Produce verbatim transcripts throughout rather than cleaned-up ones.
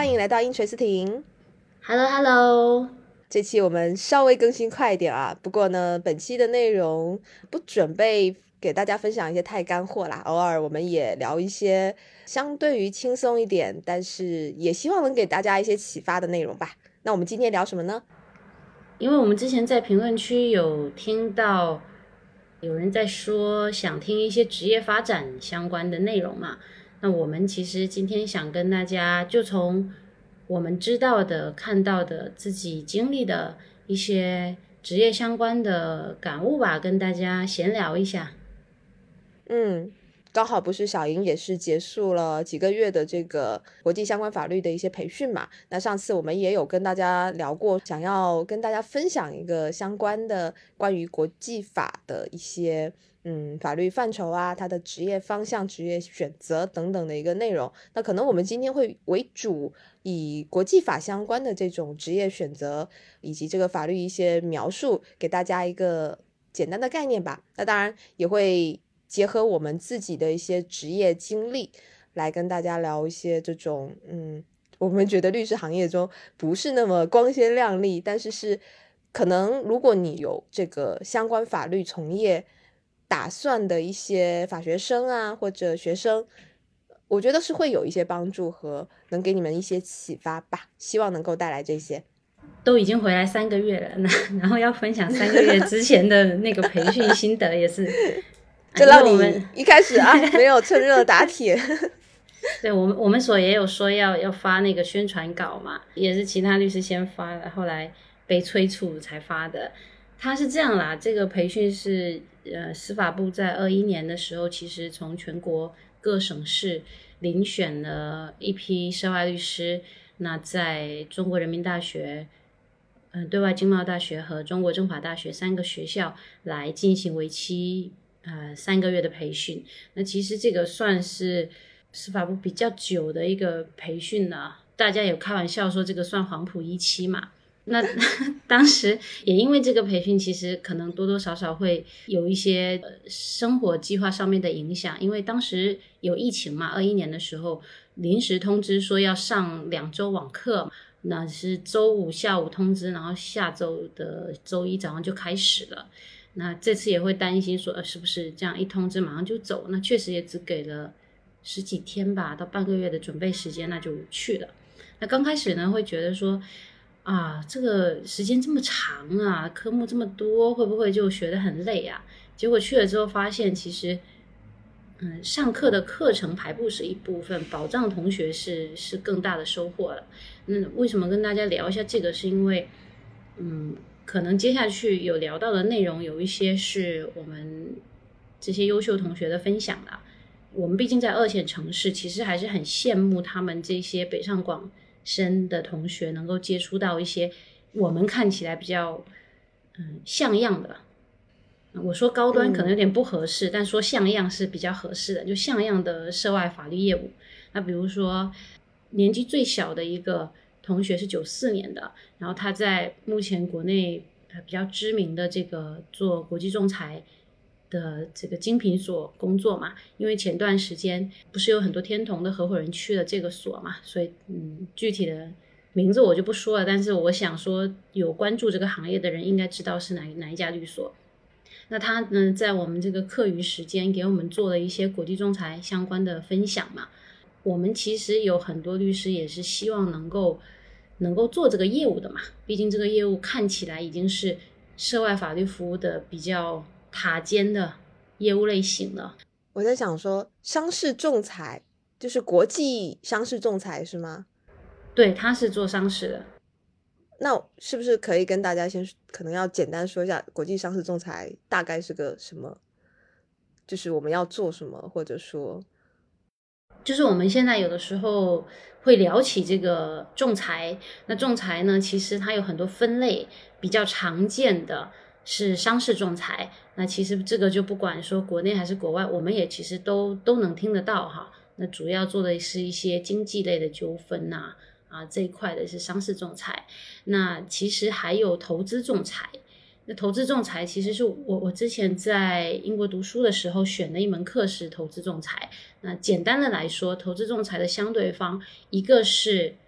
欢迎来到英垂斯婷。 Hello Hello， 这期我们稍微更新快一点啊，不过呢本期的内容不准备给大家分享一些太干货啦，偶尔我们也聊一些相对于轻松一点，但是也希望能给大家一些启发的内容吧。那我们今天聊什么呢？ 因为我们之前在评论区有听到有人在说想听一些职业发展相关的内容嘛，那我们其实今天想跟大家就从我们知道的、看到的、自己经历的一些职业相关的感悟吧，跟大家闲聊一下。 嗯，刚好不是小莹也是结束了几个月的这个国际相关法律的一些培训嘛，那上次我们也有跟大家聊过，想要跟大家分享一个相关的关于国际法的一些嗯法律范畴啊，它的职业方向、职业选择等等的一个内容。那可能我们今天会为主以国际法相关的这种职业选择以及这个法律一些描述给大家一个简单的概念吧，那当然也会结合我们自己的一些职业经历来跟大家聊一些这种嗯，我们觉得律师行业中不是那么光鲜亮丽，但是是可能如果你有这个相关法律从业打算的一些法学生啊或者学生，我觉得是会有一些帮助和能给你们一些启发吧，希望能够带来这些。 都已经回来三个月了，那然后要分享三个月之前的那个培训心得也是这让你一开始啊没有趁热打铁对，我们我们所也有说要要发那个宣传稿嘛，也是其他律师先发的，后来被催促才发的。他是这样啦，这个培训是呃司法部在二一年的时候，其实从全国各省市遴选了一批涉外律师，那在中国人民大学、嗯、呃、对外经贸大学和中国政法大学三个学校来进行为期呃三个月的培训。那其实这个算是司法部比较久的一个培训了，大家有开玩笑说这个算黄埔一期嘛。那当时也因为这个培训，其实可能多多少少会有一些生活计划上面的影响，因为当时有疫情嘛，二一年的时候临时通知说要上两周网课，那是周五下午通知，然后下周的周一早上就开始了。那这次也会担心说，呃，是不是这样一通知马上就走？那确实也只给了十几天吧，到半个月的准备时间，那就去了。那刚开始呢，会觉得说，啊，这个时间这么长啊，科目这么多，会不会就学得很累啊？结果去了之后发现，其实，嗯，上课的课程排布是一部分，保障同学是是更大的收获了。那为什么跟大家聊一下这个？是因为，嗯，可能接下去有聊到的内容，有一些是我们这些优秀同学的分享啦。我们毕竟在二线城市，其实还是很羡慕他们这些北上广深的同学能够接触到一些我们看起来比较嗯像样的，我说高端可能有点不合适、嗯、但说像样是比较合适的，就像样的涉外法律业务。那比如说年纪最小的一个同学是九四年的，然后他在目前国内比较知名的这个做国际仲裁的这个精品所工作嘛，因为前段时间不是有很多天同的合伙人去了这个所嘛，所以嗯，具体的名字我就不说了，但是我想说有关注这个行业的人应该知道是哪哪一家律所。那他呢，在我们这个课余时间给我们做了一些国际仲裁相关的分享嘛。我们其实有很多律师也是希望能够能够做这个业务的嘛，毕竟这个业务看起来已经是涉外法律服务的比较塔尖的业务类型了。 我在想说，商事仲裁就是国际商事仲裁是吗？ 对，他是做商事的。 那是不是可以跟大家先可能要简单说一下国际商事仲裁大概是个什么，就是我们要做什么，或者说就是我们现在有的时候会聊起这个仲裁，那仲裁呢其实它有很多分类，比较常见的是商事仲裁，那其实这个就不管说国内还是国外，我们也其实都都能听得到哈。那主要做的是一些经济类的纠纷呐、啊，啊这一块的是商事仲裁。那其实还有投资仲裁，那投资仲裁其实是我我之前在英国读书的时候选的一门课是投资仲裁。那简单的来说，投资仲裁的相对方，一个是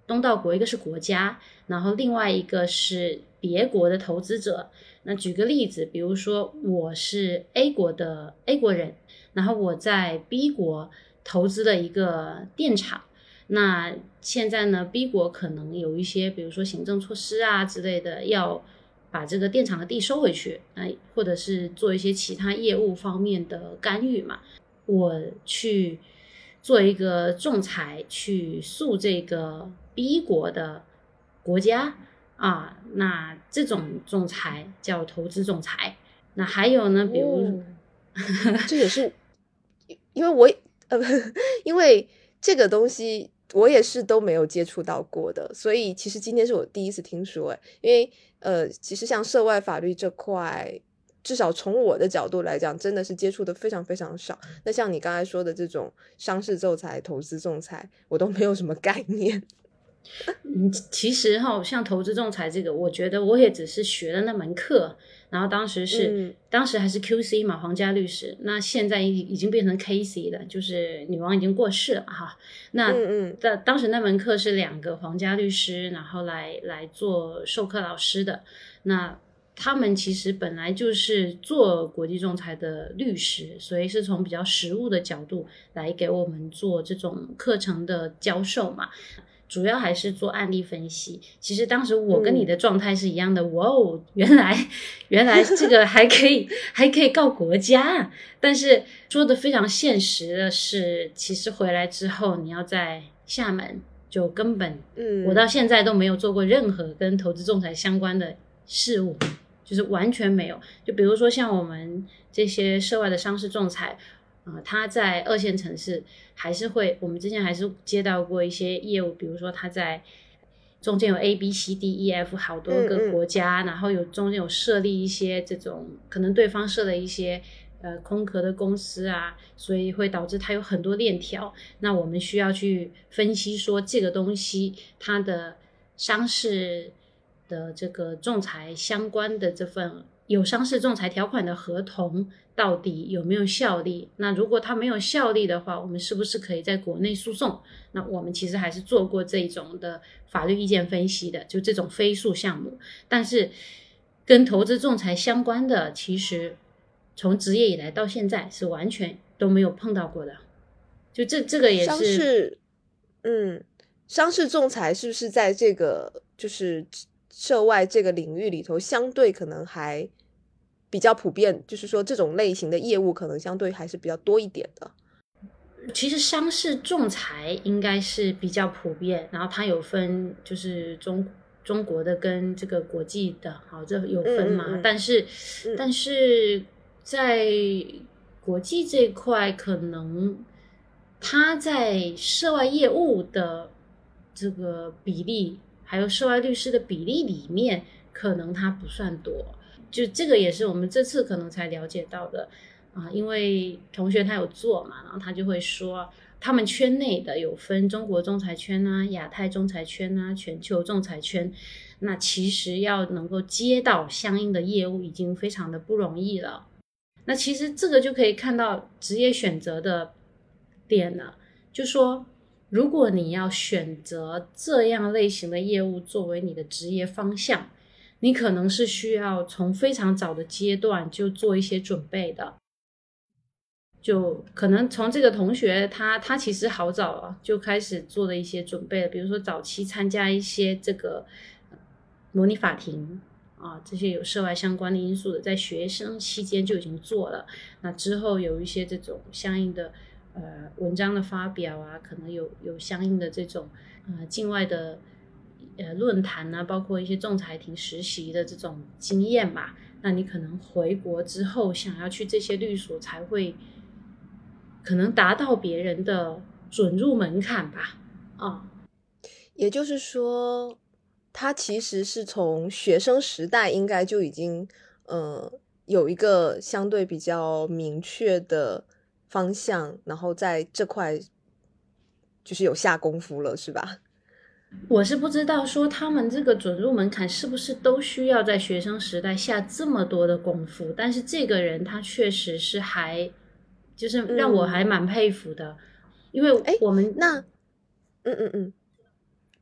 东道国，一个是国家，然后另外一个是别国的投资者。那举个例子，比如说我是 A 国的 A 国人，然后我在 B 国投资了一个电厂，那现在呢 B 国可能有一些比如说行政措施啊之类的，要把这个电厂的地收回去，呃、或者是做一些其他业务方面的干预嘛，我去做一个仲裁，去诉这个 B 国的国家啊，那这种仲裁叫投资仲裁。那还有呢，比如、 哦、这也是因为我呃因为这个东西我也是都没有接触到过的，所以其实今天是我第一次听说。诶因为呃，其实像涉外法律这块，至少从我的角度来讲，真的是接触的非常非常少。那像你刚才说的这种商事仲裁、投资仲裁，我都没有什么概念。 嗯，其实哈，像投资仲裁这个，我觉得我也只是学了那门课，然后当时是、 嗯、 当时还是 Q C 嘛，皇家律师，那现在已已经变成 K C 了，就是女王已经过世了哈。那嗯嗯， 当当时那门课是两个皇家律师，然后来来做授课老师的，那他们其实本来就是做国际仲裁的律师，所以是从比较实务的角度来给我们做这种课程的教授嘛。主要还是做案例分析。其实当时我跟你的状态是一样的，哇、嗯、哦，原来原来这个还可以还可以告国家。但是说的非常现实的是，其实回来之后你要在厦门就根本、嗯、我到现在都没有做过任何跟投资仲裁相关的事务，就是完全没有。就比如说像我们这些涉外的商事仲裁，呃，他在二线城市还是会，我们之前还是接到过一些业务，比如说他在中间有 A B C D E F 好多个国家，嗯嗯然后有中间有设立一些这种可能对方设了一些呃空壳的公司啊，所以会导致它有很多链条。那我们需要去分析说这个东西它的商事的这个仲裁相关的这份有商事仲裁条款的合同到底有没有效力，那如果它没有效力的话，我们是不是可以在国内诉讼。那我们其实还是做过这种的法律意见分析的，就这种非诉项目。但是跟投资仲裁相关的，其实从职业以来到现在是完全都没有碰到过的。就这这个也是商事嗯商事仲裁是不是在这个就是涉外这个领域里头相对可能还比较普遍，就是说这种类型的业务可能相对还是比较多一点的。 其实商事仲裁应该是比较普遍，然后它有分就是中中国的跟这个国际的，好，这有分嘛。嗯嗯嗯但是、嗯、但是在国际这块，可能它在涉外业务的这个比例，还有涉外律师的比例里面，可能它不算多。就这个也是我们这次可能才了解到的啊，因为同学他有做嘛，然后他就会说他们圈内的有分中国仲裁圈啊、亚太仲裁圈啊、全球仲裁圈，那其实要能够接到相应的业务已经非常的不容易了。那其实这个就可以看到职业选择的点了，就说如果你要选择这样类型的业务作为你的职业方向，你可能是需要从非常早的阶段就做一些准备的。就可能从这个同学他他其实好早啊就开始做了一些准备了，比如说早期参加一些这个模拟法庭啊，这些有涉外相关的因素的，在学生期间就已经做了。那之后有一些这种相应的呃文章的发表啊，可能有有相应的这种呃境外的呃论坛啊，包括一些仲裁庭实习的这种经验嘛。那你可能回国之后想要去这些律所才会可能达到别人的准入门槛吧。啊， 也就是说他其实是从学生时代应该就已经呃有一个相对比较明确的方向，然后在这块就是有下功夫了，是吧？ 我是不知道说他们这个准入门槛是不是都需要在学生时代下这么多的功夫，但是这个人他确实是还就是让我还蛮佩服的。嗯、因为我们那嗯嗯嗯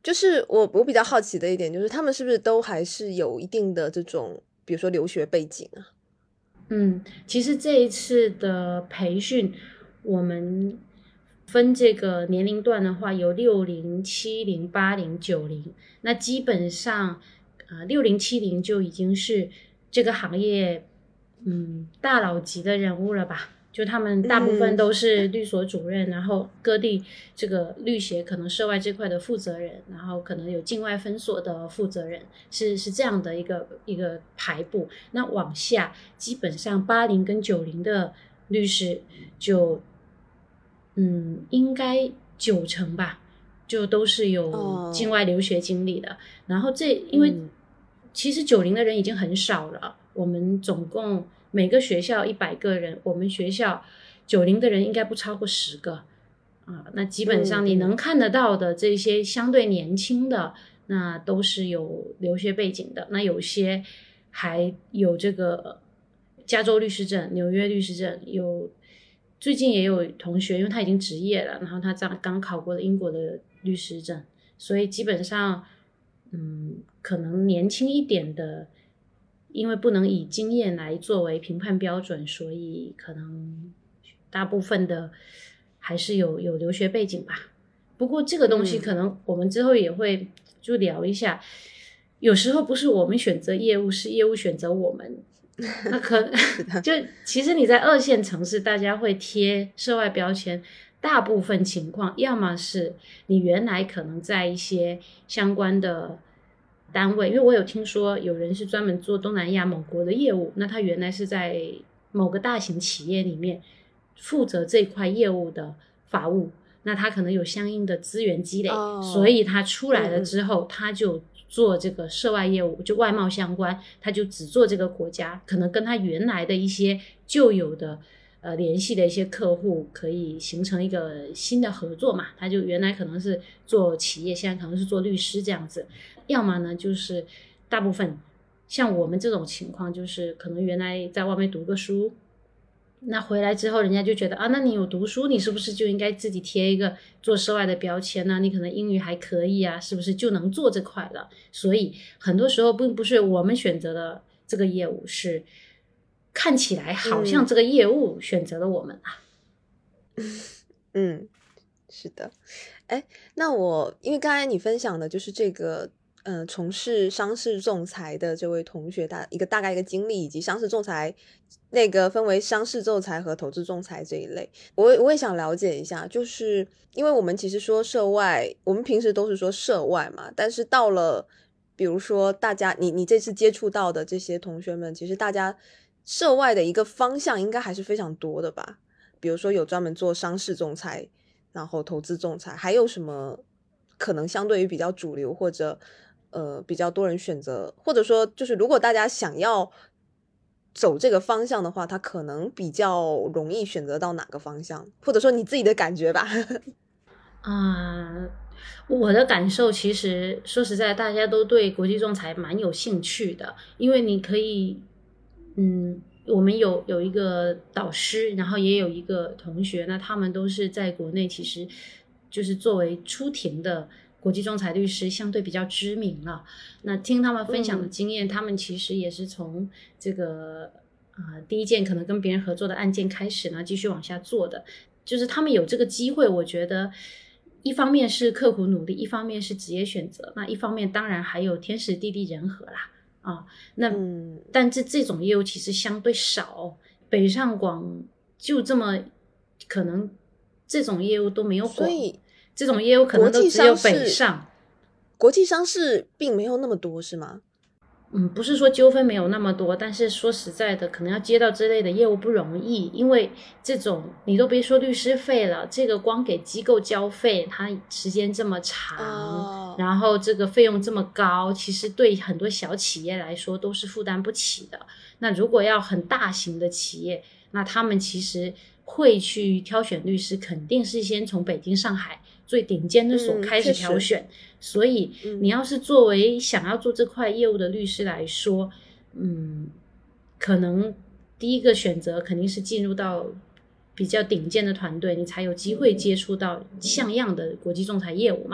就是我我比较好奇的一点就是，他们是不是都还是有一定的这种，比如说留学背景啊？ 嗯，其实这一次的培训，我们分这个年龄段的话，有六零、七零、八零、九零。那基本上，呃，六零、七零就已经是这个行业嗯大佬级的人物了吧？就他们大部分都是律所主任，嗯、然后各地这个律协可能涉外这块的负责人，然后可能有境外分所的负责人，是是这样的一个一个排布。那往下，基本上八零跟九零的律师就，嗯，应该九成吧，就都是有境外留学经历的。哦、然后这因为、嗯、其实九零的人已经很少了，我们总共。每个学校一百个人，我们学校九零的人应该不超过十个啊。那基本上你能看得到的这些相对年轻的，那都是有留学背景的。那有些还有这个加州律师证、纽约律师证，有最近也有同学，因为他已经执业了，然后他刚刚考过了英国的律师证，所以基本上，嗯，可能年轻一点的。因为不能以经验来作为评判标准，所以可能大部分的还是有有留学背景吧。不过这个东西可能我们之后也会就聊一下，嗯、有时候不是我们选择业务，是业务选择我们。那可就其实你在二线城市，大家会贴涉外标签，大部分情况要么是你原来可能在一些相关的。单位，因为我有听说有人是专门做东南亚某国的业务，那他原来是在某个大型企业里面负责这块业务的法务，那他可能有相应的资源积累，哦、所以他出来了之后，嗯、他就做这个涉外业务，就外贸相关，他就只做这个国家，可能跟他原来的一些旧有的呃联系的一些客户可以形成一个新的合作嘛，他就原来可能是做企业，现在可能是做律师这样子。要么呢，就是大部分像我们这种情况，就是可能原来在外面读个书，那回来之后人家就觉得啊，那你有读书，你是不是就应该自己贴一个做涉外的标签呢？你可能英语还可以啊，是不是就能做这块了？所以很多时候并不是我们选择的这个业务，是看起来好像这个业务选择了我们啊。 嗯，嗯是的。哎，那我因为刚才你分享的就是这个。呃，从事商事仲裁的这位同学，大一个大概一个经历，以及商事仲裁那个分为商事仲裁和投资仲裁这一类，我我也想了解一下，就是因为我们其实说涉外，我们平时都是说涉外嘛，但是到了比如说大家你你这次接触到的这些同学们，其实大家涉外的一个方向应该还是非常多的吧？比如说有专门做商事仲裁，然后投资仲裁，还有什么可能相对于比较主流或者呃，比较多人选择，或者说就是如果大家想要走这个方向的话，他可能比较容易选择到哪个方向，或者说你自己的感觉吧。 啊、呃，我的感受其实说实在，大家都对国际仲裁蛮有兴趣的，因为你可以，嗯，我们有有一个导师，然后也有一个同学，那他们都是在国内，其实就是作为出庭的。国际仲裁律师相对比较知名了，那听他们分享的经验，嗯、他们其实也是从这个呃第一件可能跟别人合作的案件开始呢，继续往下做的，就是他们有这个机会，我觉得一方面是刻苦努力，一方面是职业选择，那一方面当然还有天时地利人和啦啊，那、嗯、但这这种业务其实相对少，北上广就这么可能这种业务都没有广，所以。这种业务可能都只有北上， 国际商事并没有那么多，是吗？ 嗯，不是说纠纷没有那么多，但是说实在的，可能要接到这类的业务不容易，因为这种你都别说律师费了，这个光给机构交费，它时间这么长，哦、然后这个费用这么高，其实对很多小企业来说都是负担不起的。那如果要很大型的企业，那他们其实会去挑选律师，肯定是先从北京、上海最顶尖的所开始挑选，嗯、所以你要是作为想要做这块业务的律师来说，嗯，可能第一个选择肯定是进入到比较顶尖的团队，你才有机会接触到像样的国际仲裁业务嘛。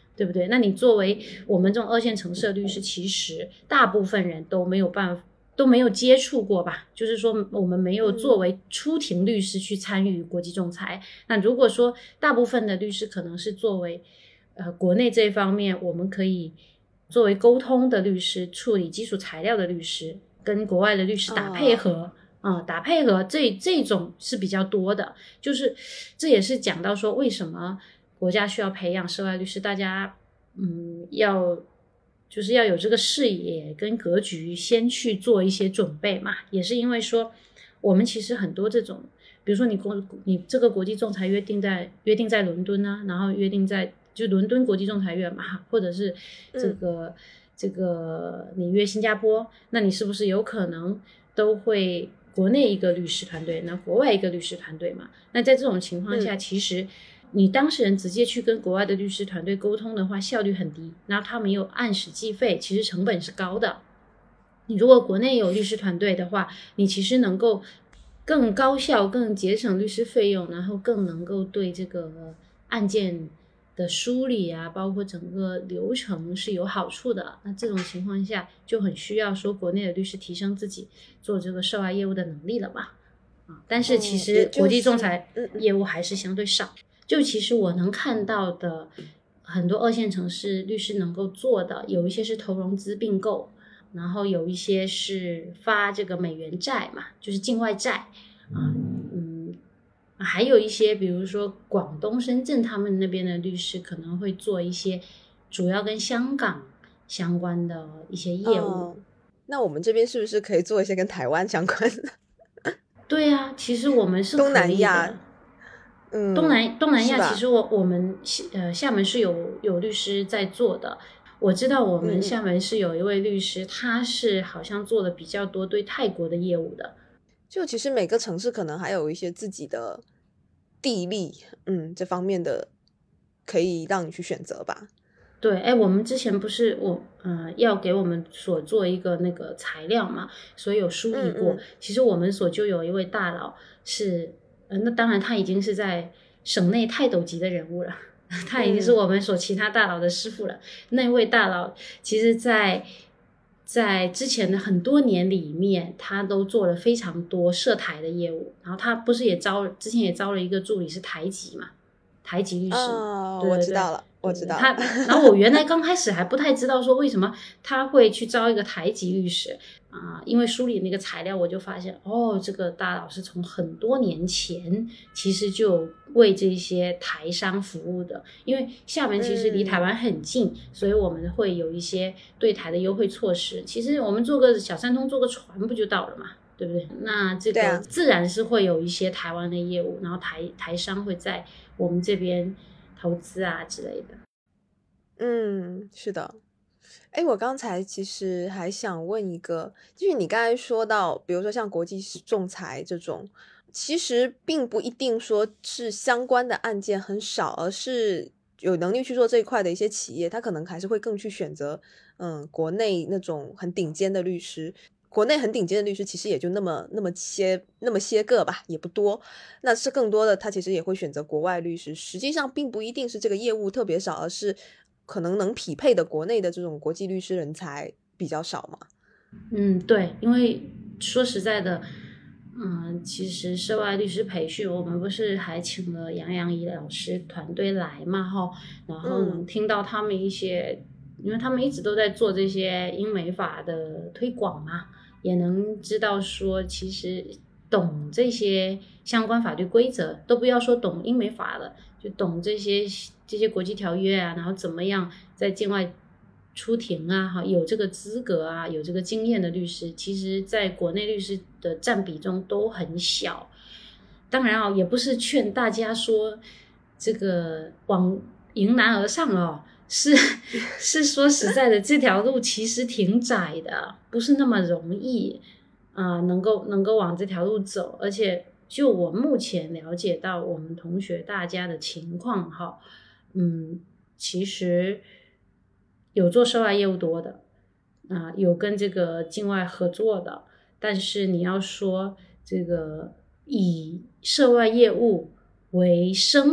对不对？那你作为我们这种二线城市的律师，其实大部分人都没有办法都没有接触过吧，就是说我们没有作为出庭律师去参与国际仲裁。那如果说大部分的律师可能是作为呃国内这一方面，我们可以作为沟通的律师，处理基础材料的律师，跟国外的律师打配合。哦嗯，打配合这这种是比较多的，就是这也是讲到说为什么国家需要培养涉外律师，大家嗯要就是要有这个视野跟格局，先去做一些准备嘛。也是因为说我们其实很多这种，比如说你国你这个国际仲裁约定在约定在伦敦啊，然后约定在就伦敦国际仲裁院嘛，或者是这个、嗯、这个你约新加坡，那你是不是有可能都会国内一个律师团队，那国外一个律师团队嘛？那在这种情况下，嗯、其实你当事人直接去跟国外的律师团队沟通的话，效率很低，然后他没有按时计费，其实成本是高的。你如果国内有律师团队的话，你其实能够更高效、更节省律师费用，然后更能够对这个案件的梳理啊，包括整个流程是有好处的。那这种情况下就很需要说国内的律师提升自己做这个涉外业务的能力了吧。啊，但是其实国际仲裁业务还是相对少。嗯、就其实我能看到的很多二线城市律师能够做的，有一些是投融资并购，然后有一些是发这个美元债嘛，就是境外债啊，嗯，还有一些比如说广东深圳他们那边的律师可能会做一些主要跟香港相关的一些业务。哦、 那我们这边是不是可以做一些跟台湾相关的？ 对啊，其实我们是可以的。 东南亚，嗯， 东南东南亚其实我我们呃厦门是有有律师在做的。我知道我们厦门是有一位律师，嗯、他是好像做的比较多对泰国的业务的。 就其实每个城市可能还有一些自己的地利，嗯，这方面的可以让你去选择吧。 对，哎，我们之前不是我呃要给我们所做一个那个材料嘛，所以有梳理过。嗯嗯其实我们所就有一位大佬是，呃，那当然他已经是在省内泰斗级的人物了。他已经是我们所其他大佬的师傅了。嗯、那位大佬其实在在之前的很多年里面，他都做了非常多涉台的业务。然后他不是也招之前也招了一个助理是台籍嘛，台籍律师。 哦， 对对对我知道了，我知道了。 他，然后我原来刚开始还不太知道说为什么他会去招一个台籍律师。啊，因为梳理那个材料，我就发现哦，这个大佬是从很多年前其实就为这些台商服务的。因为厦门其实离台湾很近，嗯、所以我们会有一些对台的优惠措施。其实我们坐个小三通，坐个船不就到了嘛，对不对？那这个自然是会有一些台湾的业务，然后台台商会在我们这边投资啊之类的。 嗯，是的。哎，我刚才其实还想问一个，就是你刚才说到，比如说像国际仲裁这种，其实并不一定说是相关的案件很少，而是有能力去做这一块的一些企业，他可能还是会更去选择，嗯，国内那种很顶尖的律师。国内很顶尖的律师其实也就那么那么些那么些个吧，也不多。那是更多的，他其实也会选择国外律师。实际上并不一定是这个业务特别少，而是可能能匹配的国内的这种国际律师人才比较少嘛。 嗯，对，因为说实在的，嗯，其实涉外律师培训，我们不是还请了杨洋怡老师团队来嘛，哈，然后能听到他们一些，嗯、因为他们一直都在做这些英美法的推广嘛，也能知道说，其实懂这些相关法律规则，都不要说懂英美法了，就懂这些这些国际条约啊，然后怎么样在境外出庭啊，哈，有这个资格啊，有这个经验的律师，其实在国内律师的占比中都很小。当然啊，也不是劝大家说这个往迎难而上哦，是是说实在的，这条路其实挺窄的，不是那么容易啊、呃，能够能够往这条路走。而且就我目前了解到我们同学大家的情况哈，嗯，其实有做涉外业务多的啊、呃，有跟这个境外合作的，但是你要说这个以涉外业务为生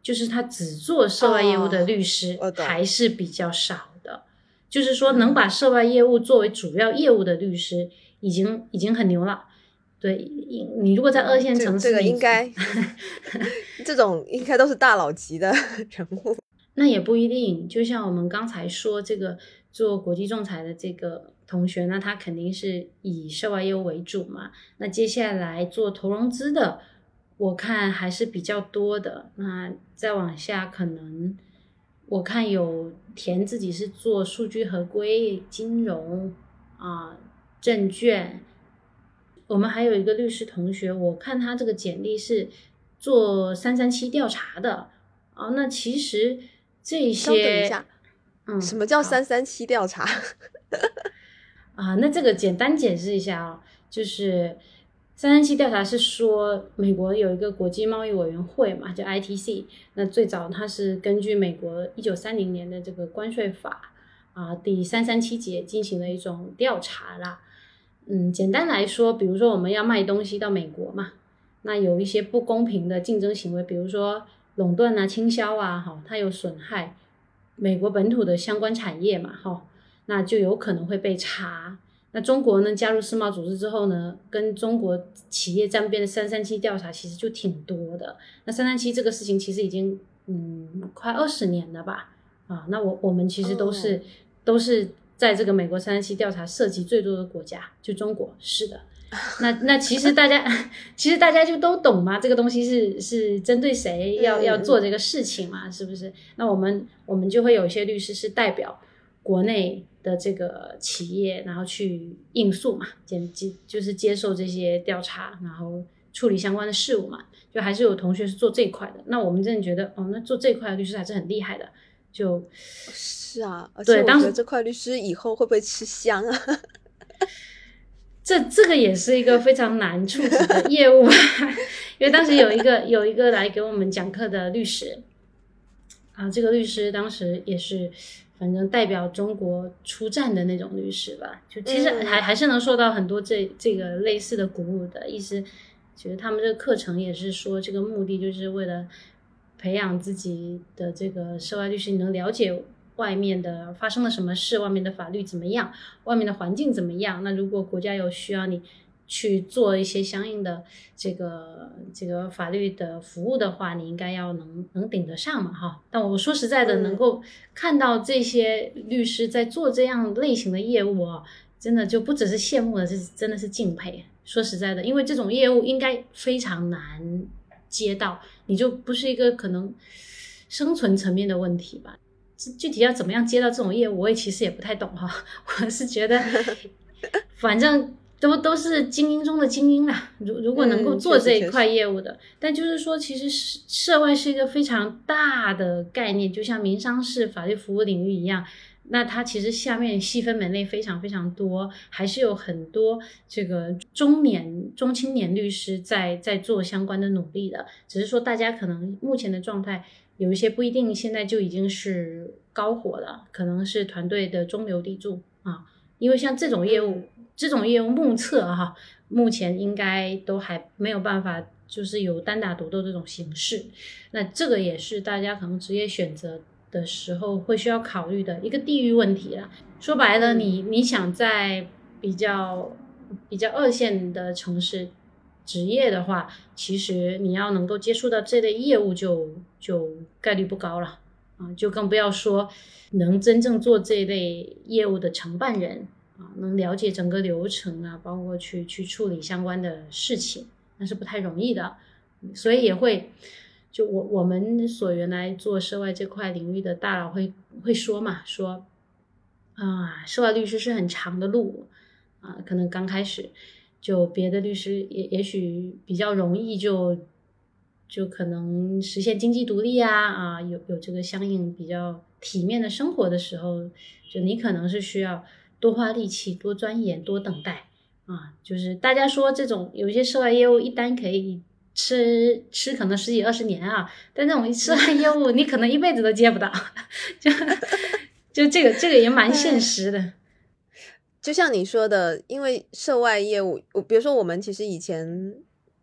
就是他只做涉外业务的律师还是比较少的、哦、就是说能把涉外业务作为主要业务的律师已经已经很牛了。对，你如果在二线城市、 嗯、这, 这个应该这种应该都是大佬级的人物。 那也不一定，就像我们刚才说这个做国际仲裁的这个同学，那他肯定是以涉外业务为主嘛。那接下来做投融资的我看还是比较多的，那再往下可能我看有填自己是做数据合规、金融啊、证券。我们还有一个律师同学，我看他这个简历是做三三七调查的啊。那其实这些， 稍等一下， 嗯， 什么叫三三七调查？ 啊，那这个简单解释一下啊，就是三三七调查是说美国有一个国际贸易委员会嘛，叫 I T C。那最早它是根据美国一九三零年的这个关税法啊第三三七节进行了一种调查啦。嗯，简单来说，比如说我们要卖东西到美国嘛，那有一些不公平的竞争行为，比如说垄断啊、倾销啊，哈，它有损害美国本土的相关产业嘛，哈，那就有可能会被查。那中国呢，加入世贸组织之后呢，跟中国企业沾边的三三七调查其实就挺多的。那三三七这个事情其实已经嗯快二十年了吧，啊，那我我们其实都是、oh. 都是。在这个美国三三七调查涉及最多的国家就中国，是的。那那其实大家其实大家就都懂嘛，这个东西是是针对谁要、嗯、要做这个事情嘛，是不是？那我们我们就会有一些律师是代表国内的这个企业，然后去应诉嘛，接就是接受这些调查，然后处理相关的事务嘛。就还是有同学是做这一块的，那我们真的觉得哦，那做这一块的律师还是很厉害的。就是啊，而且我觉得这块律师以后会不会吃香啊？ 这这个也是一个非常难处理的业务因为当时有一个有一个来给我们讲课的律师啊，这个律师当时也是反正代表中国出战的那种律师吧，就其实还、嗯、还是能受到很多这这个类似的鼓舞的意思。其实他们这个课程也是说，这个目的就是为了培养自己的这个涉外律师，你能了解外面的发生了什么事，外面的法律怎么样，外面的环境怎么样。那如果国家有需要你去做一些相应的这个这个法律的服务的话，你应该要能能顶得上嘛哈。但我说实在的，能够看到这些律师在做这样类型的业务啊，真的就不只是羡慕了，这真的是敬佩。说实在的，因为这种业务应该非常难接到，你就不是一个可能生存层面的问题吧。具体要怎么样接到这种业务，我也其实也不太懂哈。我是觉得，反正都都是精英中的精英啦。如如果能够做这一块业务的，嗯、但就是说，其实涉外是一个非常大的概念，就像民商事法律服务领域一样。那它其实下面细分门类非常非常多，还是有很多这个中年中青年律师在在做相关的努力的，只是说大家可能目前的状态有一些不一定现在就已经是高火了，可能是团队的中流砥柱啊。因为像这种业务这种业务目测哈，目前应该都还没有办法就是有单打独斗这种形式。那这个也是大家可能职业选择的时候会需要考虑的一个地域问题啦。说白了，你你想在比较比较二线的城市职业的话，其实你要能够接触到这类业务就就概率不高了啊，就更不要说能真正做这类业务的承办人啊，能了解整个流程啊，包括去去处理相关的事情，那是不太容易的。所以也会就我我们所原来做涉外这块领域的大佬会会说嘛，说啊，涉外律师是很长的路啊，可能刚开始就别的律师也也许比较容易就就可能实现经济独立啊啊，有有这个相应比较体面的生活的时候，就你可能是需要多花力气、多钻研、多等待啊。就是大家说这种有一些涉外业务一单可以吃吃可能十几二十年啊，但这种涉外业务你可能一辈子都接不到，就就这个这个也蛮现实的。 就像你说的，因为涉外业务，比如说我们其实以前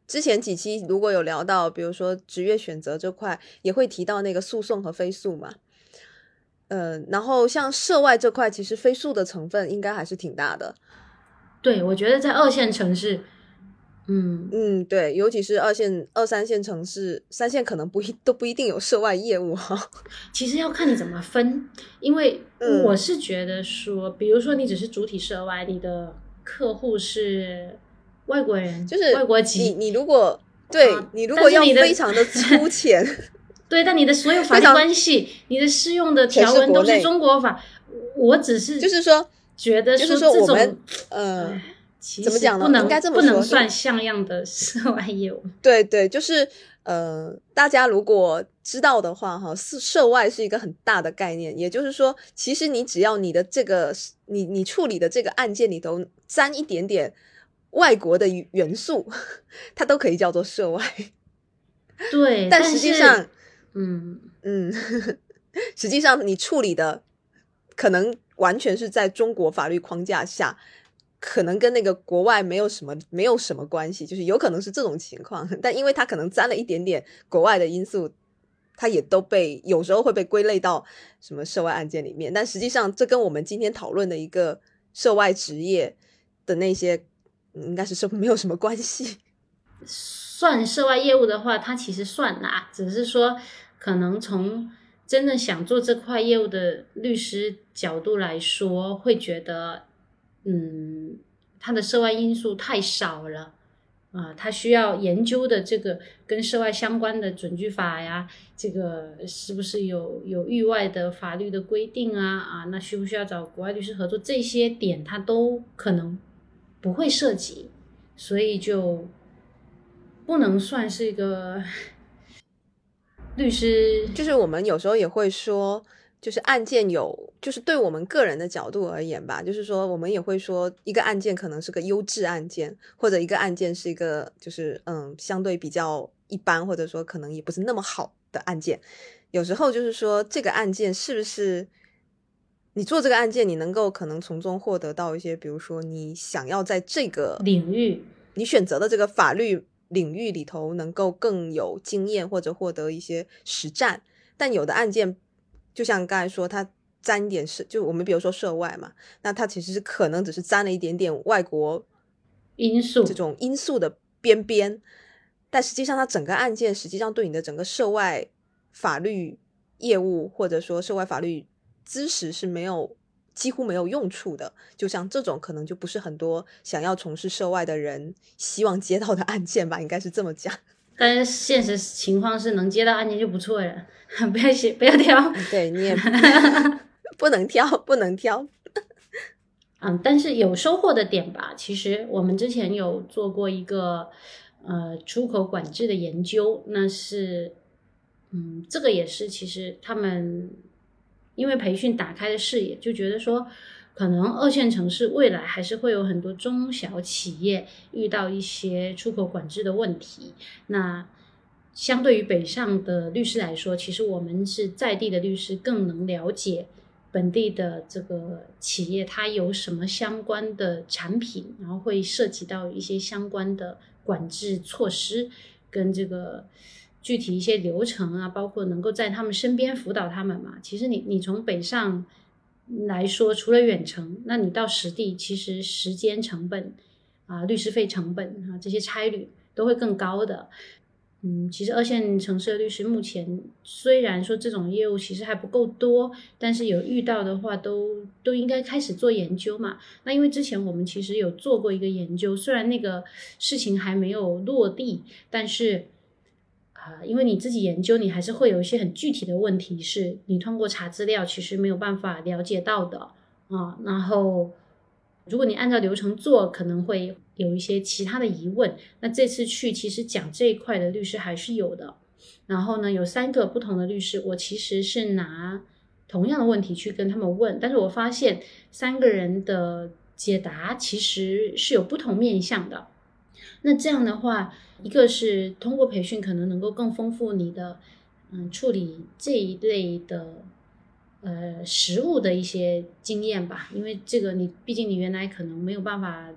之前几期如果有聊到，比如说职业选择这块，也会提到那个诉讼和非诉嘛。呃，然后像涉外这块，其实非诉的成分应该还是挺大的。 对，我觉得在二线城市，嗯嗯，对，尤其是二线、二三线城市，三线可能不一都不一定有涉外业务哈。 其实要看你怎么分，因为我是觉得说，嗯、比如说你只是主体涉外，你的客户是外国人， 就是外国籍， 你你如果对、啊、你如果要非常的粗浅， 对，但你的所有法律关系，你的适用的条文都是中国法，我只是就是说觉得就是说我们呃。怎么讲呢？ 不能应该这么说， 不能算像样的涉外业务。 对对，就是呃，大家如果知道的话，哈，涉外是一个很大的概念。也就是说，其实你只要你的这个你你处理的这个案件里头沾一点点外国的元素，它都可以叫做涉外。 对， 但实际上， 嗯嗯，实际上你处理的可能完全是在中国法律框架下。可能跟那个国外没有什么没有什么关系，就是有可能是这种情况，但因为它可能沾了一点点国外的因素，它也都被有时候会被归类到什么涉外案件里面，但实际上这跟我们今天讨论的一个涉外职业的那些应该是没有什么关系。 算涉外业务的话，它其实算啦，只是说可能从真正想做这块业务的律师角度来说，会觉得嗯，它的涉外因素太少了啊，它需要研究的这个跟涉外相关的准据法呀，这个是不是有有域外的法律的规定啊啊，那需不需要找国外律师合作，这些点它都可能不会涉及，所以就不能算是一个律师。 就是我们有时候也会说。就是案件有，就是对我们个人的角度而言吧，就是说我们也会说一个案件可能是个优质案件，或者一个案件是一个就是嗯相对比较一般，或者说可能也不是那么好的案件。有时候就是说这个案件是不是你做这个案件，你能够可能从中获得到一些，比如说你想要在这个领域， 你选择的这个法律领域里头能够更有经验，或者获得一些实战。但有的案件。就像刚才说，它沾一点是，就我们比如说涉外嘛，那它其实是可能只是沾了一点点外国因素， 这种因素的边边，但实际上它整个案件实际上对你的整个涉外法律业务或者说涉外法律知识是没有几乎没有用处的。就像这种可能就不是很多想要从事涉外的人希望接到的案件吧，应该是这么讲。 但是现实情况是能接到案件就不错了，不要写，不要挑。 对，你也不能挑，不能挑。 嗯，但是有收获的点吧。其实我们之前有做过一个呃出口管制的研究，那是嗯，这个也是其实他们因为培训打开的视野，就觉得说。可能二线城市未来还是会有很多中小企业遇到一些出口管制的问题。那相对于北上的律师来说，其实我们是在地的律师，更能了解本地的这个企业它有什么相关的产品，然后会涉及到一些相关的管制措施跟这个具体一些流程啊，包括能够在他们身边辅导他们嘛。其实你你从北上来说，除了远程，那你到实地，其实时间成本啊、律师费成本啊这些差旅都会更高的。嗯，其实二线城市的律师目前虽然说这种业务其实还不够多，但是有遇到的话都都应该开始做研究嘛。那因为之前我们其实有做过一个研究，虽然那个事情还没有落地，但是啊，因为你自己研究，你还是会有一些很具体的问题，是你通过查资料其实没有办法了解到的啊。然后，如果你按照流程做，可能会有一些其他的疑问。那这次去，其实讲这一块的律师还是有的。然后呢，有三个不同的律师，我其实是拿同样的问题去跟他们问，但是我发现三个人的解答其实是有不同面向的。那这样的话，一个是通过培训可能能够更丰富你的嗯处理这一类的呃实务的一些经验吧，因为这个你毕竟你原来可能没有办法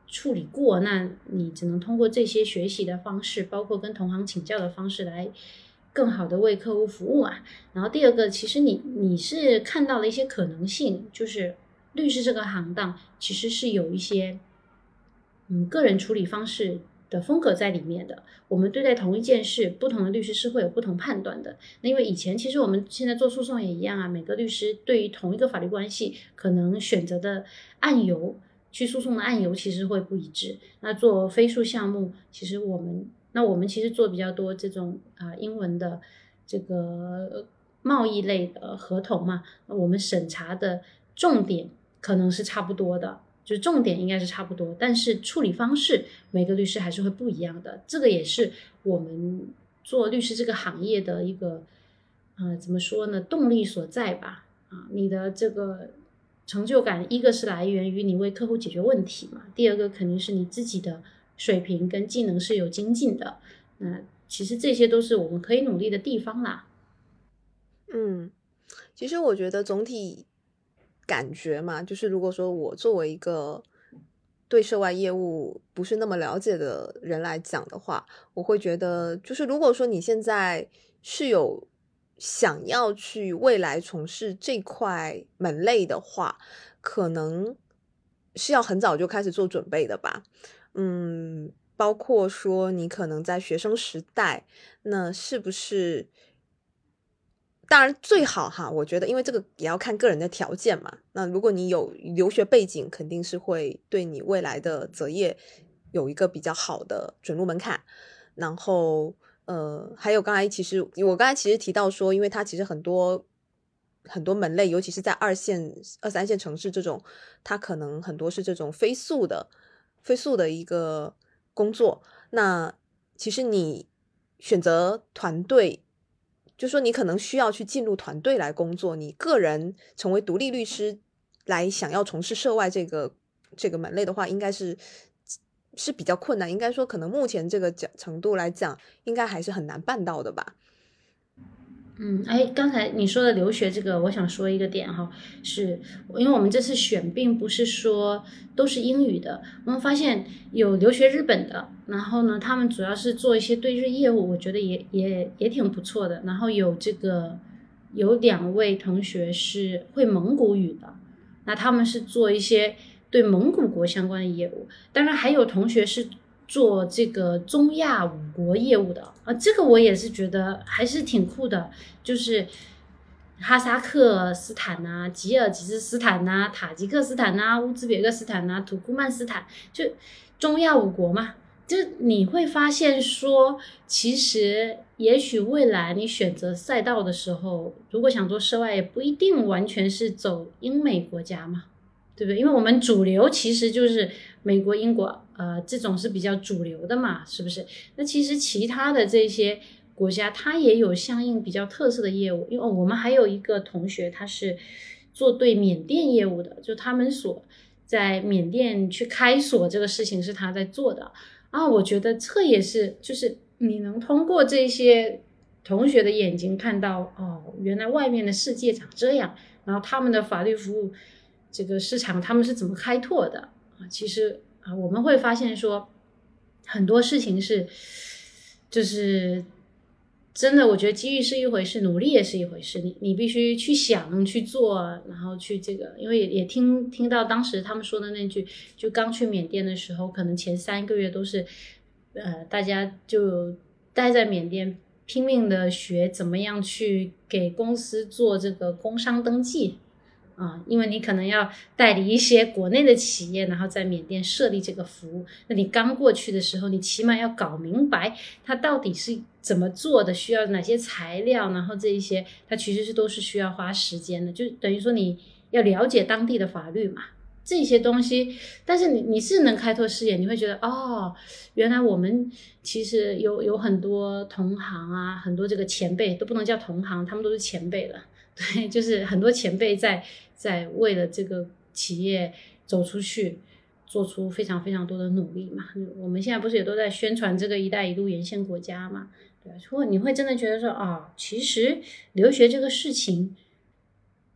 处理过，那你只能通过这些学习的方式，包括跟同行请教的方式来更好的为客户服务啊。然后第二个，其实你你是看到了一些可能性，就是律师这个行当其实是有一些嗯个人处理方式的风格在里面的。我们对待同一件事，不同的律师是会有不同判断的。那因为以前其实我们现在做诉讼也一样啊，每个律师对于同一个法律关系可能选择的案由，去诉讼的案由其实会不一致。那做非诉项目，其实我们那我们其实做比较多这种啊、呃、英文的这个贸易类的合同嘛，那我们审查的重点可能是差不多的。就是重点应该是差不多，但是处理方式每个律师还是会不一样的。这个也是我们做律师这个行业的一个呃怎么说呢，动力所在吧。啊，你的这个成就感，一个是来源于你为客户解决问题嘛，第二个肯定是你自己的水平跟技能是有精进的。那其实这些都是我们可以努力的地方啦。 嗯，其实我觉得总体感觉嘛，就是如果说我作为一个对涉外业务不是那么了解的人来讲的话，我会觉得就是如果说你现在是有想要去未来从事这块门类的话，可能是要很早就开始做准备的吧。嗯，包括说你可能在学生时代，那是不是当然最好哈，我觉得因为这个也要看个人的条件嘛。那如果你有留学背景，肯定是会对你未来的择业有一个比较好的准入门槛。然后呃，还有刚才其实我刚才其实提到说，因为它其实很多很多门类，尤其是在二线、二三线城市这种，它可能很多是这种非诉的、非诉的一个工作。那其实你选择团队，就说你可能需要去进入团队来工作，你个人成为独立律师来想要从事涉外这个这个门类的话，应该是是比较困难。应该说，可能目前这个讲程度来讲，应该还是很难办到的吧。 嗯，哎，刚才你说的留学这个，我想说一个点哈，是因为我们这次选并不是说都是英语的，我们发现有留学日本的，然后呢，他们主要是做一些对日业务，我觉得也也也挺不错的。然后有这个有两位同学是会蒙古语的，那他们是做一些对蒙古国相关的业务，当然还有同学是做这个中亚五国业务的啊，这个我也是觉得还是挺酷的，就是哈萨克斯坦呐、啊、吉尔吉斯斯坦呐、啊、塔吉克斯坦呐、啊、乌兹别克斯坦呐、啊、土库曼斯坦，就中亚五国嘛。就你会发现说，其实也许未来你选择赛道的时候，如果想做涉外，也不一定完全是走英美国家嘛，对不对？因为我们主流其实就是美国、英国，呃，这种是比较主流的嘛，是不是？那其实其他的这些国家，它也有相应比较特色的业务。因为我们还有一个同学，他是做对缅甸业务的，就他们所在缅甸去开锁这个事情是他在做的啊。我觉得这也是，就是你能通过这些同学的眼睛看到，哦，原来外面的世界长这样，然后他们的法律服务这个市场他们是怎么开拓的啊？其实啊，我们会发现说很多事情是就是真的，我觉得机遇是一回事，努力也是一回事。你你必须去想去做，然后去这个，因为也也听听到当时他们说的那句，就刚去缅甸的时候，可能前三个月都是呃大家就待在缅甸拼命的学怎么样去给公司做这个工商登记。啊、嗯，因为你可能要代理一些国内的企业，然后在缅甸设立这个服务。那你刚过去的时候，你起码要搞明白它到底是怎么做的，需要哪些材料，然后这一些它其实是都是需要花时间的，就等于说你要了解当地的法律嘛，这些东西。但是你你是能开拓视野，你会觉得哦，原来我们其实有有很多同行啊，很多这个前辈都不能叫同行，他们都是前辈了。对，就是很多前辈在在为了这个企业走出去，做出非常非常多的努力嘛。我们现在不是也都在宣传这个“一带一路”沿线国家嘛？对，如果你会真的觉得说啊、哦，其实留学这个事情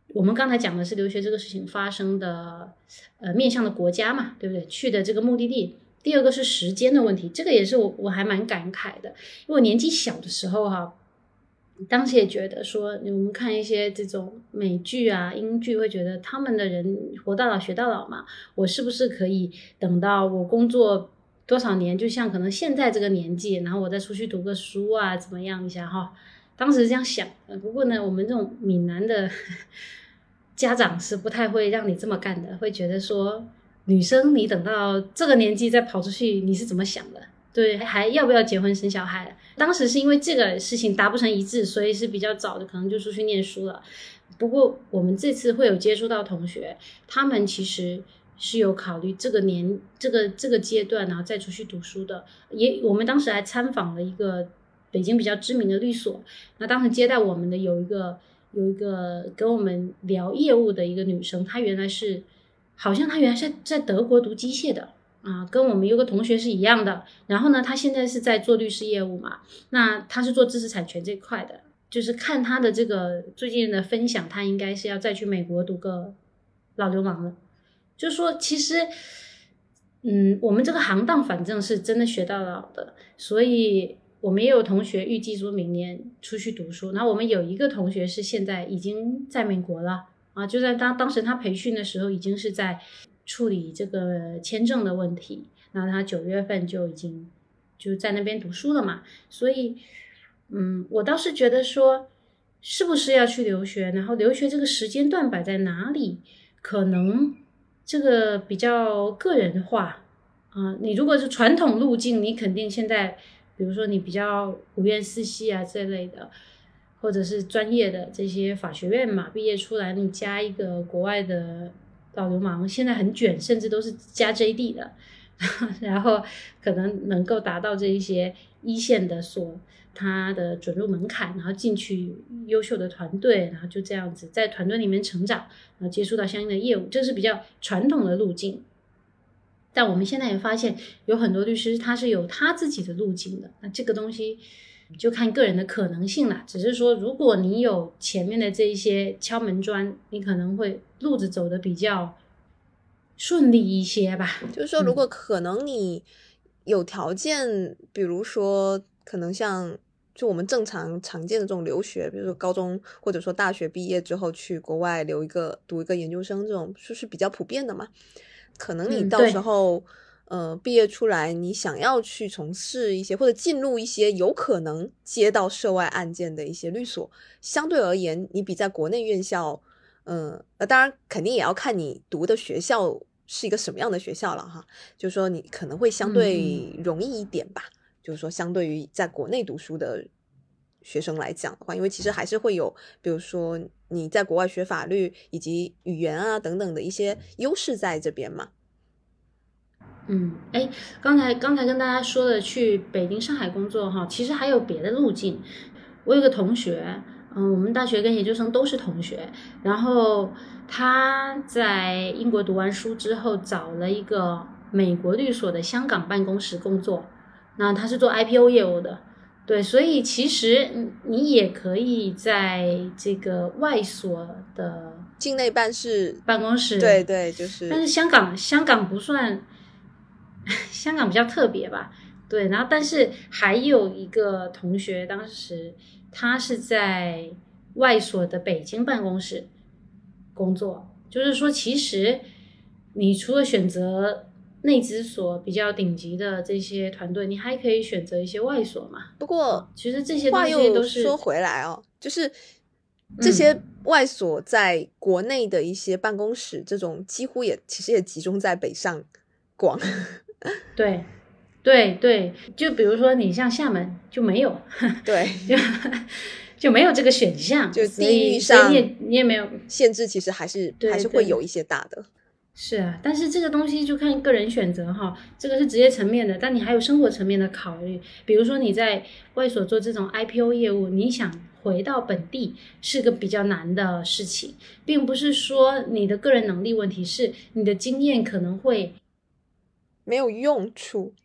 我们刚才讲的是留学这个事情发生的呃面向的国家嘛，对不对？去的这个目的地。第二个是时间的问题，这个也是我我还蛮感慨的，因为我年纪小的时候哈，当时也觉得说，我们看一些这种美剧啊、英剧，会觉得他们的人活到老学到老嘛，我是不是可以等到我工作多少年，就像可能现在这个年纪，然后我再出去读个书啊，怎么样一下哈？当时这样想，不过呢，我们这种闽南的家长是不太会让你这么干的，会觉得说，女生你等到这个年纪再跑出去，你是怎么想的？对，还要不要结婚生小孩？当时是因为这个事情达不成一致，所以是比较早的，可能就出去念书了。不过我们这次会有接触到同学，他们其实是有考虑这个年这个这个阶段，然后再出去读书的。也我们当时还参访了一个北京比较知名的律所，那当时接待我们的有一个有一个跟我们聊业务的一个女生，她原来是好像她原来是在德国读机械的啊，跟我们有个同学是一样的。然后呢，她现在是在做律师业务嘛，那她是做知识产权这块的。就是看她的这个最近的分享，她应该是要再去美国读个老流氓了。就是说，其实，嗯，我们这个行当反正是真的学到老的，所以我们也有同学预计说明年出去读书。然后我们有一个同学是现在已经在美国了啊，就在当当时他培训的时候，已经是在处理这个签证的问题。然后他九月份就已经就在那边读书了嘛，所以。嗯，我倒是觉得说，是不是要去留学？然后留学这个时间段摆在哪里？可能这个比较个人化啊、呃。你如果是传统路径，你肯定现在，比如说你比较五院四系啊这类的，或者是专业的这些法学院嘛，毕业出来你加一个国外的老流氓，现在很卷，甚至都是加 J D 的，然后可能能够达到这一些一线的所。他的准入门槛，然后进去优秀的团队，然后就这样子在团队里面成长，然后接触到相应的业务，这是比较传统的路径。但我们现在也发现有很多律师他是有他自己的路径的，那这个东西就看个人的可能性啦。只是说如果你有前面的这一些敲门砖，你可能会路子走得比较顺利一些吧。 就是说如果可能你有条件、嗯、比如说可能像就我们正常常见的这种留学，比如说高中或者说大学毕业之后去国外留一个读一个研究生，这种就是比较普遍的嘛。可能你到时候、嗯、呃毕业出来，你想要去从事一些或者进入一些有可能接到涉外案件的一些律所，相对而言你比在国内院校嗯呃当然肯定也要看你读的学校是一个什么样的学校了哈，就是说你可能会相对容易一点吧。嗯就是说相对于在国内读书的学生来讲的话，因为其实还是会有比如说你在国外学法律以及语言啊等等的一些优势在这边嘛。 嗯，哎，刚才刚才跟大家说的去北京上海工作哈，其实还有别的路径。我有个同学，嗯，我们大学跟研究生都是同学，然后他在英国读完书之后找了一个美国律所的香港办公室工作，那他是做 I P O 业务的。对，所以其实你也可以在这个外所的境内办事办公室， 对对，就是但是香港香港不算香港比较特别吧。对，然后但是还有一个同学当时他是在外所的北京办公室工作，就是说其实你除了选择内资所比较顶级的这些团队，你还可以选择一些外所嘛。 不过、哦、 其实这些东西都是话又说回来哦，就是这些外所在国内的一些办公室、嗯、这种几乎也其实也集中在北上广。 对对对，就比如说你像厦门就没有， 对， 就就没有这个选项， 就地域上你也你也没有限制，其实还是还是会有一些大的。 是啊，但是这个东西就看个人选择哈，这个是职业层面的，但你还有生活层面的考虑。比如说你在外所做这种 I P O 业务，你想回到本地是个比较难的事情，并不是说你的个人能力问题，是你的经验可能会没有用处。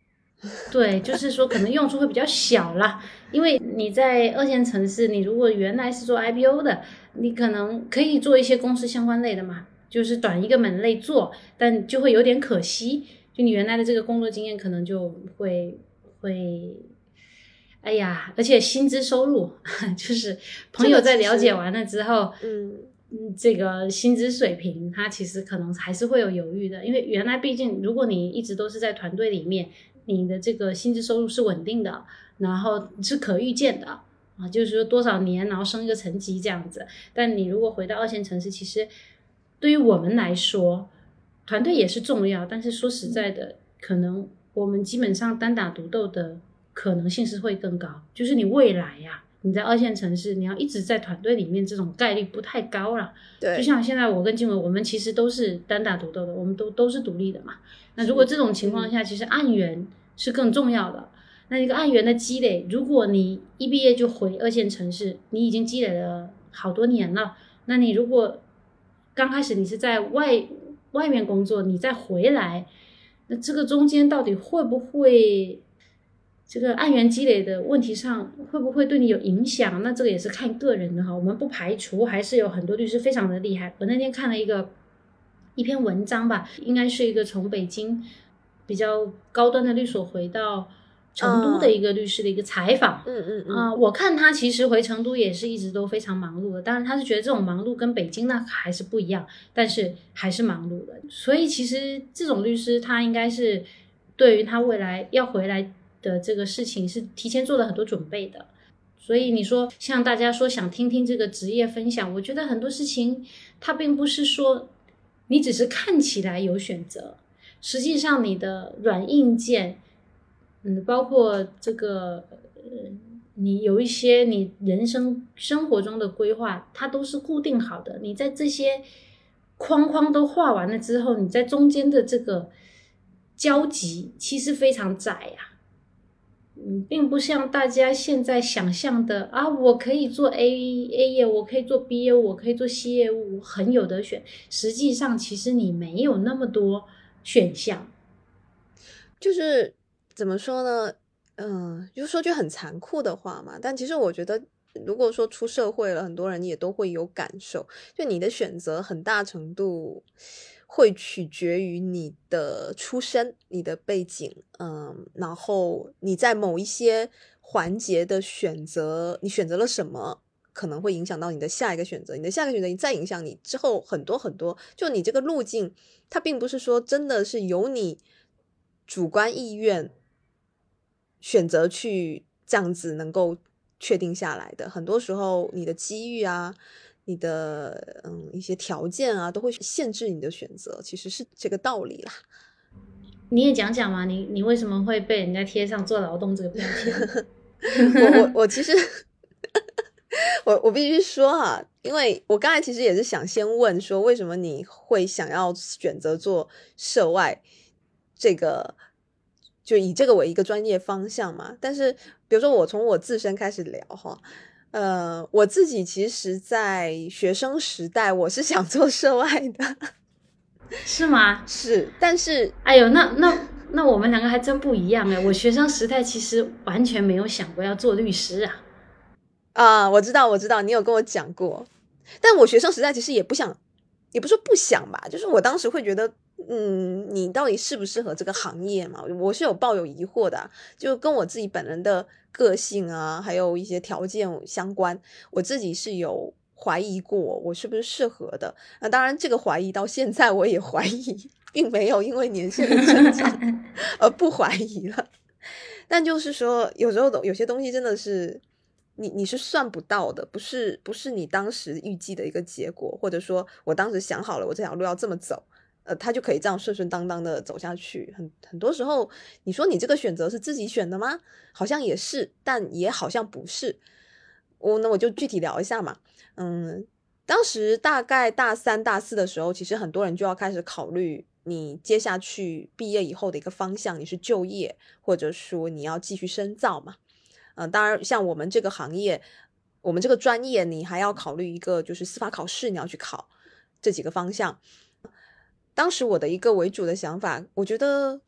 对，就是说可能用处会比较小啦，因为你在二线城市，你如果原来是做 I P O 的，你可能可以做一些公司相关类的嘛，就是短一个门类做，但就会有点可惜，就你原来的这个工作经验可能就会会，哎呀，而且薪资收入就是朋友在了解完了之后， 嗯。 这个薪资水平，他其实可能还是会有犹豫的，因为原来毕竟，如果你一直都是在团队里面，你的这个薪资收入是稳定的，然后是可预见的啊，就是说多少年，然后升一个层级这样子。但你如果回到二线城市，其实对于我们来说，团队也是重要，但是说实在的，可能我们基本上单打独斗的可能性是会更高，就是你未来呀、啊。你在二线城市，你要一直在团队里面，这种概率不太高了。 对， 就像现在我跟静文，我们其实都是单打独斗的，我们都都是独立的嘛。那如果这种情况下，其实案源是更重要的。那一个案源的积累，如果你一毕业就回二线城市，你已经积累了好多年了。那你如果刚开始你是在外外面工作，你再回来，那这个中间到底会不会？这个案源积累的问题上会不会对你有影响？那这个也是看个人的哈。我们不排除还是有很多律师非常的厉害。我那天看了一个一篇文章吧，应该是一个从北京比较高端的律所回到成都的一个律师的一个采访。 嗯嗯嗯。 啊、呃，我看他其实回成都也是一直都非常忙碌的，当然他是觉得这种忙碌跟北京那还是不一样，但是还是忙碌的。所以其实这种律师他应该是对于他未来要回来的这个事情是提前做了很多准备的。所以你说像大家说想听听这个职业分享，我觉得很多事情它并不是说你只是看起来有选择，实际上你的软硬件嗯，包括这个呃，你有一些你人生生活中的规划它都是固定好的，你在这些框框都画完了之后，你在中间的这个交集其实非常窄呀、啊嗯，并不像大家现在想象的啊，我可以做 A A 业，我可以做 B 业务，我可以做 C 业务，很有得选。实际上，其实你没有那么多选项。 就是怎么说呢？嗯、呃，就说句很残酷的话嘛。但其实我觉得，如果说出社会了，很多人也都会有感受，就你的选择很大程度会取决于你的出身、你的背景，嗯，然后你在某一些环节的选择，你选择了什么，可能会影响到你的下一个选择，你的下一个选择你再影响你之后很多很多。就你这个路径，它并不是说真的是由你主观意愿选择去这样子能够确定下来的。很多时候，你的机遇啊。你的嗯一些条件啊，都会限制你的选择，其实是这个道理啦。 你也讲讲嘛，你你为什么会被人家贴上做劳动这个标签？ 我我我其实我我必须说哈、啊，因为我刚才其实也是想先问说，为什么你会想要选择做涉外这个，就以这个为一个专业方向嘛？但是比如说我从我自身开始聊哈。呃，我自己其实在学生时代我是想做涉外的。 是吗？ 是，但是哎呦，那那那我们两个还真不一样哎！我学生时代其实完全没有想过要做律师啊。 啊，我知道，我知道，你有跟我讲过。但我学生时代其实也不想，也不是不想吧，就是我当时会觉得，嗯，你到底适不适合这个行业嘛？我是有抱有疑惑的、啊，就跟我自己本人的个性啊，还有一些条件相关，我自己是有怀疑过我是不是适合的。那当然，这个怀疑到现在我也怀疑，并没有因为年限的增长而不怀疑了。但就是说，有时候有些东西真的是。你你是算不到的，不是不是你当时预计的一个结果，或者说我当时想好了我这条路要这么走，呃，他就可以这样顺顺当当的走下去。很很多时候，你说你这个选择是自己选的吗？好像也是，但也好像不是。我那我就具体聊一下嘛。嗯，当时大概大三大四的时候，其实很多人就要开始考虑你接下去毕业以后的一个方向，你是就业，或者说你要继续深造嘛。嗯，当然，像我们这个行业，我们这个专业，你还要考虑一个就是司法考试，你要去考这几个方向。当时我的一个为主的想法，我觉得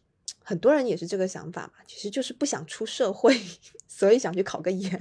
很多人也是这个想法嘛，其实就是不想出社会，所以想去考个研，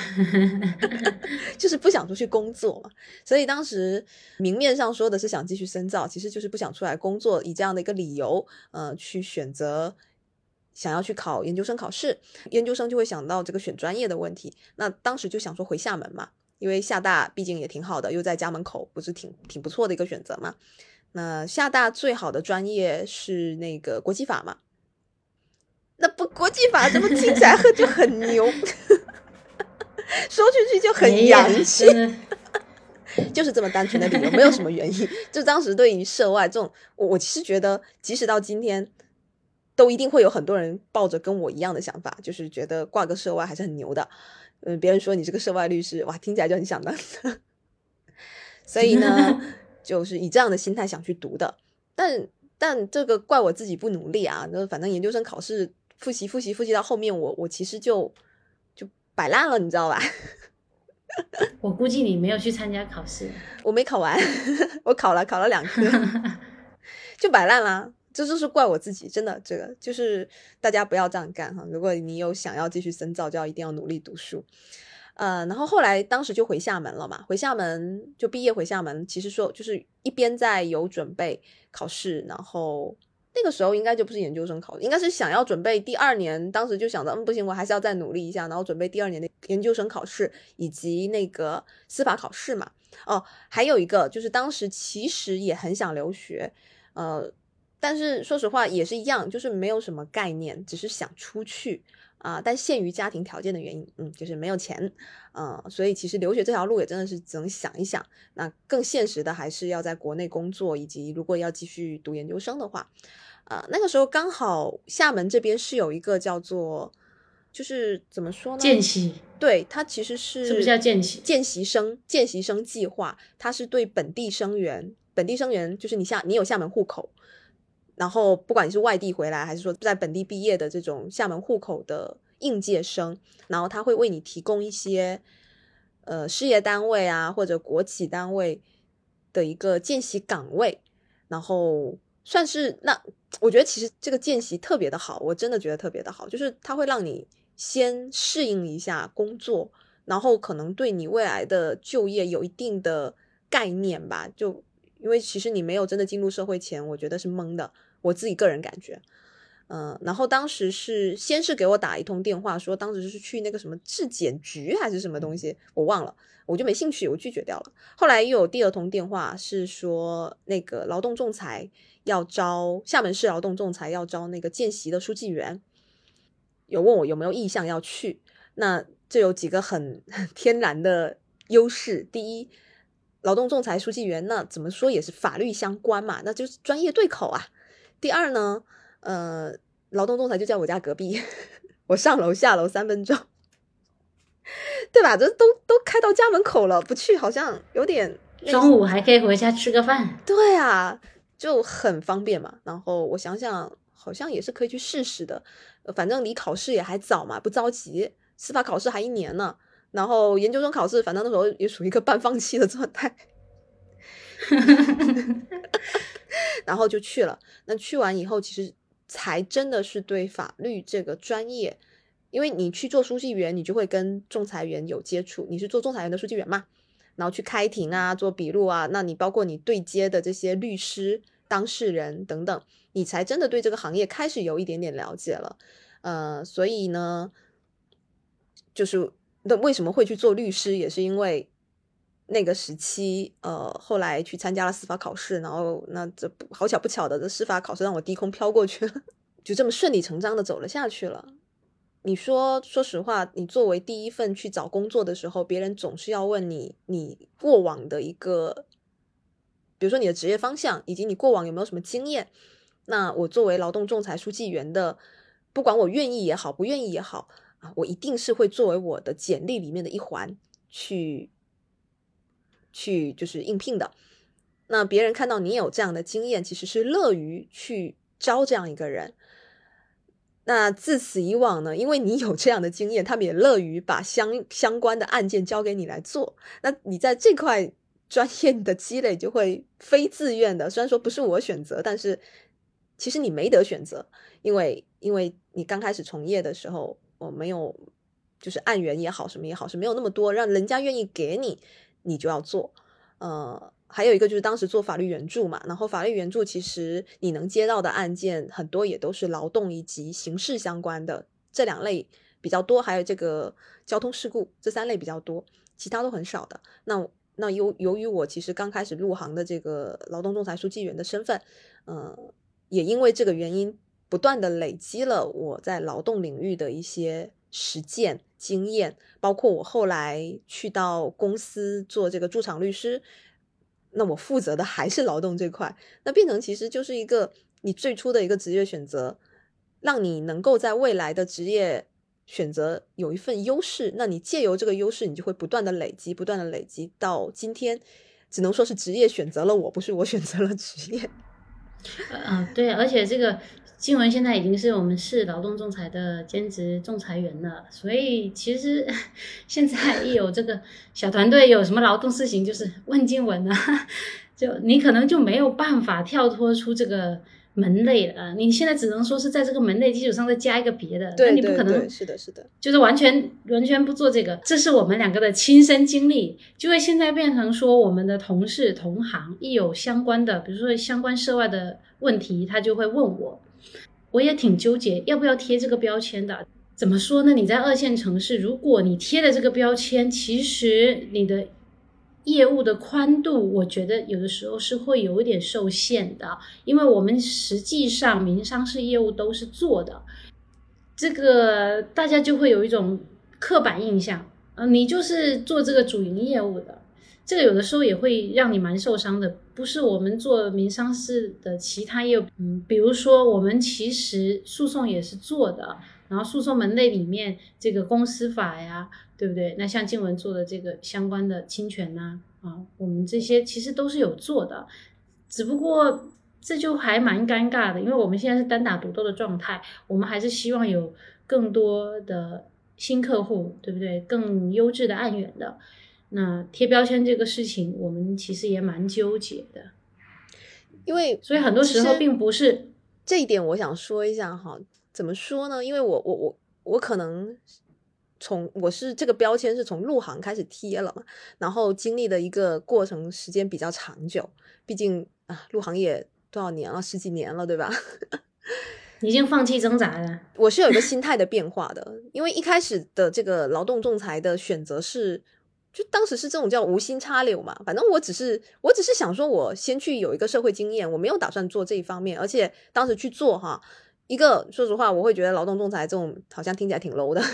就是不想出去工作嘛。所以当时明面上说的是想继续深造，其实就是不想出来工作，以这样的一个理由，呃，去选择想要去考研究生考试。研究生就会想到这个选专业的问题，那当时就想说回厦门嘛，因为厦大毕竟也挺好的，又在家门口，不是挺挺不错的一个选择嘛。那厦大最好的专业是那个国际法嘛，那不国际法怎么听起来就很牛说出去就很洋气、哎、就是这么单纯的理由，没有什么原因。就当时对于涉外这种，我我其实觉得即使到今天都一定会有很多人抱着跟我一样的想法，就是觉得挂个涉外还是很牛的。嗯，别人说你是个涉外律师，哇，听起来就很响的所以呢就是以这样的心态想去读的。但但这个怪我自己不努力啊，那反正研究生考试复习复习复习到后面，我我其实就就摆烂了，你知道吧我估计你没有去参加考试。 我没考完我考了考了两科就摆烂了。这就是怪我自己，真的，这个就是大家不要这样干哈。如果你有想要继续深造，就要一定要努力读书。呃，然后后来当时就回厦门了嘛，回厦门就毕业回厦门，其实说就是一边在有准备考试，然后那个时候应该就不是研究生考试，应该是想要准备第二年，当时就想着嗯不行，我还是要再努力一下，然后准备第二年的研究生考试以及那个司法考试嘛。哦，还有一个就是当时其实也很想留学，呃但是说实话也是一样，就是没有什么概念，只是想出去啊、呃，但限于家庭条件的原因，嗯，就是没有钱，嗯、呃，所以其实留学这条路也真的是只能想一想。那更现实的还是要在国内工作，以及如果要继续读研究生的话，呃，那个时候刚好厦门这边是有一个叫做，就是怎么说呢？ 见习， 对，它其实是是不是叫见习？ 见习生见习生计划，它是对本地生源，本地生源就是你厦你有厦门户口。然后不管你是外地回来还是说在本地毕业的这种厦门户口的应届生，然后他会为你提供一些呃事业单位啊或者国企单位的一个见习岗位，然后算是那我觉得其实这个见习特别的好，我真的觉得特别的好，就是它会让你先适应一下工作，然后可能对你未来的就业有一定的概念吧，就因为其实你没有真的进入社会前，我觉得是懵的，我自己个人感觉。嗯，然后当时是先是给我打一通电话，说当时是去那个什么质检局还是什么东西，我忘了，我就没兴趣，我拒绝掉了。后来又有第二通电话，是说那个劳动仲裁要招，厦门市劳动仲裁要招那个见习的书记员，有问我有没有意向要去。那这有几个很天然的优势，第一，劳动仲裁书记员那怎么说也是法律相关嘛，那就是专业对口啊。第二呢，呃，劳动仲裁就在我家隔壁，我上楼下楼三分钟，对吧？这都都开到家门口了，不去好像有点。 中午还可以回家吃个饭。 对啊，就很方便嘛。然后我想想，好像也是可以去试试的。反正离考试也还早嘛，不着急。司法考试还一年呢。然后研究生考试，反正那时候也属于一个半放弃的状态。然后就去了。那去完以后，其实才真的是对法律这个专业，因为你去做书记员，你就会跟仲裁员有接触，你是做仲裁员的书记员嘛，然后去开庭啊，做笔录啊，那你包括你对接的这些律师、当事人等等，你才真的对这个行业开始有一点点了解了。呃，所以呢，就是那为什么会去做律师，也是因为那个时期，呃，后来去参加了司法考试，然后那这好巧不巧的，这司法考试让我低空飘过去了，就这么顺理成章的走了下去了。你说，说实话，你作为第一份去找工作的时候，别人总是要问你，你过往的一个，比如说你的职业方向，以及你过往有没有什么经验。那我作为劳动仲裁书记员的，不管我愿意也好，不愿意也好啊，我一定是会作为我的简历里面的一环去。去就是应聘的。那别人看到你有这样的经验，其实是乐于去招这样一个人。那自此以往呢，因为你有这样的经验，他们也乐于把相相关的案件交给你来做。那你在这块专业的积累就会非自愿的，虽然说不是我选择，但是其实你没得选择，因为因为你刚开始从业的时候，我没有就是案源也好什么也好是没有那么多让人家愿意给你，你就要做。呃，还有一个就是当时做法律援助嘛，然后法律援助其实你能接到的案件很多也都是劳动以及刑事相关的，这两类比较多，还有这个交通事故，这三类比较多，其他都很少的。那那由由于我其实刚开始入行的这个劳动仲裁书记员的身份，呃，也因为这个原因不断的累积了我在劳动领域的一些实践经验，包括我后来去到公司做这个驻场律师，那我负责的还是劳动这块，那变成其实就是一个你最初的一个职业选择，让你能够在未来的职业选择有一份优势，那你借由这个优势，你就会不断的累积，不断的累积，到今天只能说是职业选择了我，不是我选择了职业。 呃，对，而且这个静雯现在已经是我们市劳动仲裁的兼职仲裁员了，所以其实现在一有这个小团队有什么劳动事情，就是问静雯啊，就你可能就没有办法跳脱出这个门类了，你现在只能说是在这个门类基础上再加一个别的， 对那你不可能是的是的， 就是完全完全不做这个。这是我们两个的亲身经历，就会现在变成说我们的同事同行一有相关的，比如说相关涉外的问题，他就会问我，我也挺纠结要不要贴这个标签的。怎么说呢，你在二线城市，如果你贴了这个标签，其实你的业务的宽度我觉得有的时候是会有一点受限的，因为我们实际上民商事业务都是做的，这个大家就会有一种刻板印象，呃，你就是做这个主营业务的，这个有的时候也会让你蛮受伤的。不是我们做民商事的其他业务，嗯，比如说我们其实诉讼也是做的，然后诉讼门类里面这个公司法呀，对不对？那像静雯做的这个相关的侵权呐、啊，啊，我们这些其实都是有做的，只不过这就还蛮尴尬的，因为我们现在是单打独斗的状态，我们还是希望有更多的新客户，对不对？更优质的案源的。那贴标签这个事情，我们其实也蛮纠结的， 因为所以很多时候并不是这一点，我想说一下哈，怎么说呢？因为我我我我可能从我是这个标签是从入行开始贴了嘛，然后经历的一个过程时间比较长久，毕竟啊，入行业多少年了，十几年了，对吧？ 已经放弃挣扎了。 我是有一个心态的变化的，因为一开始的这个劳动仲裁的选择是。就当时是这种叫无心插柳嘛，反正我只是我只是想说我先去有一个社会经验，我没有打算做这一方面，而且当时去做哈，一个说实话我会觉得劳动仲裁这种好像听起来挺 low 的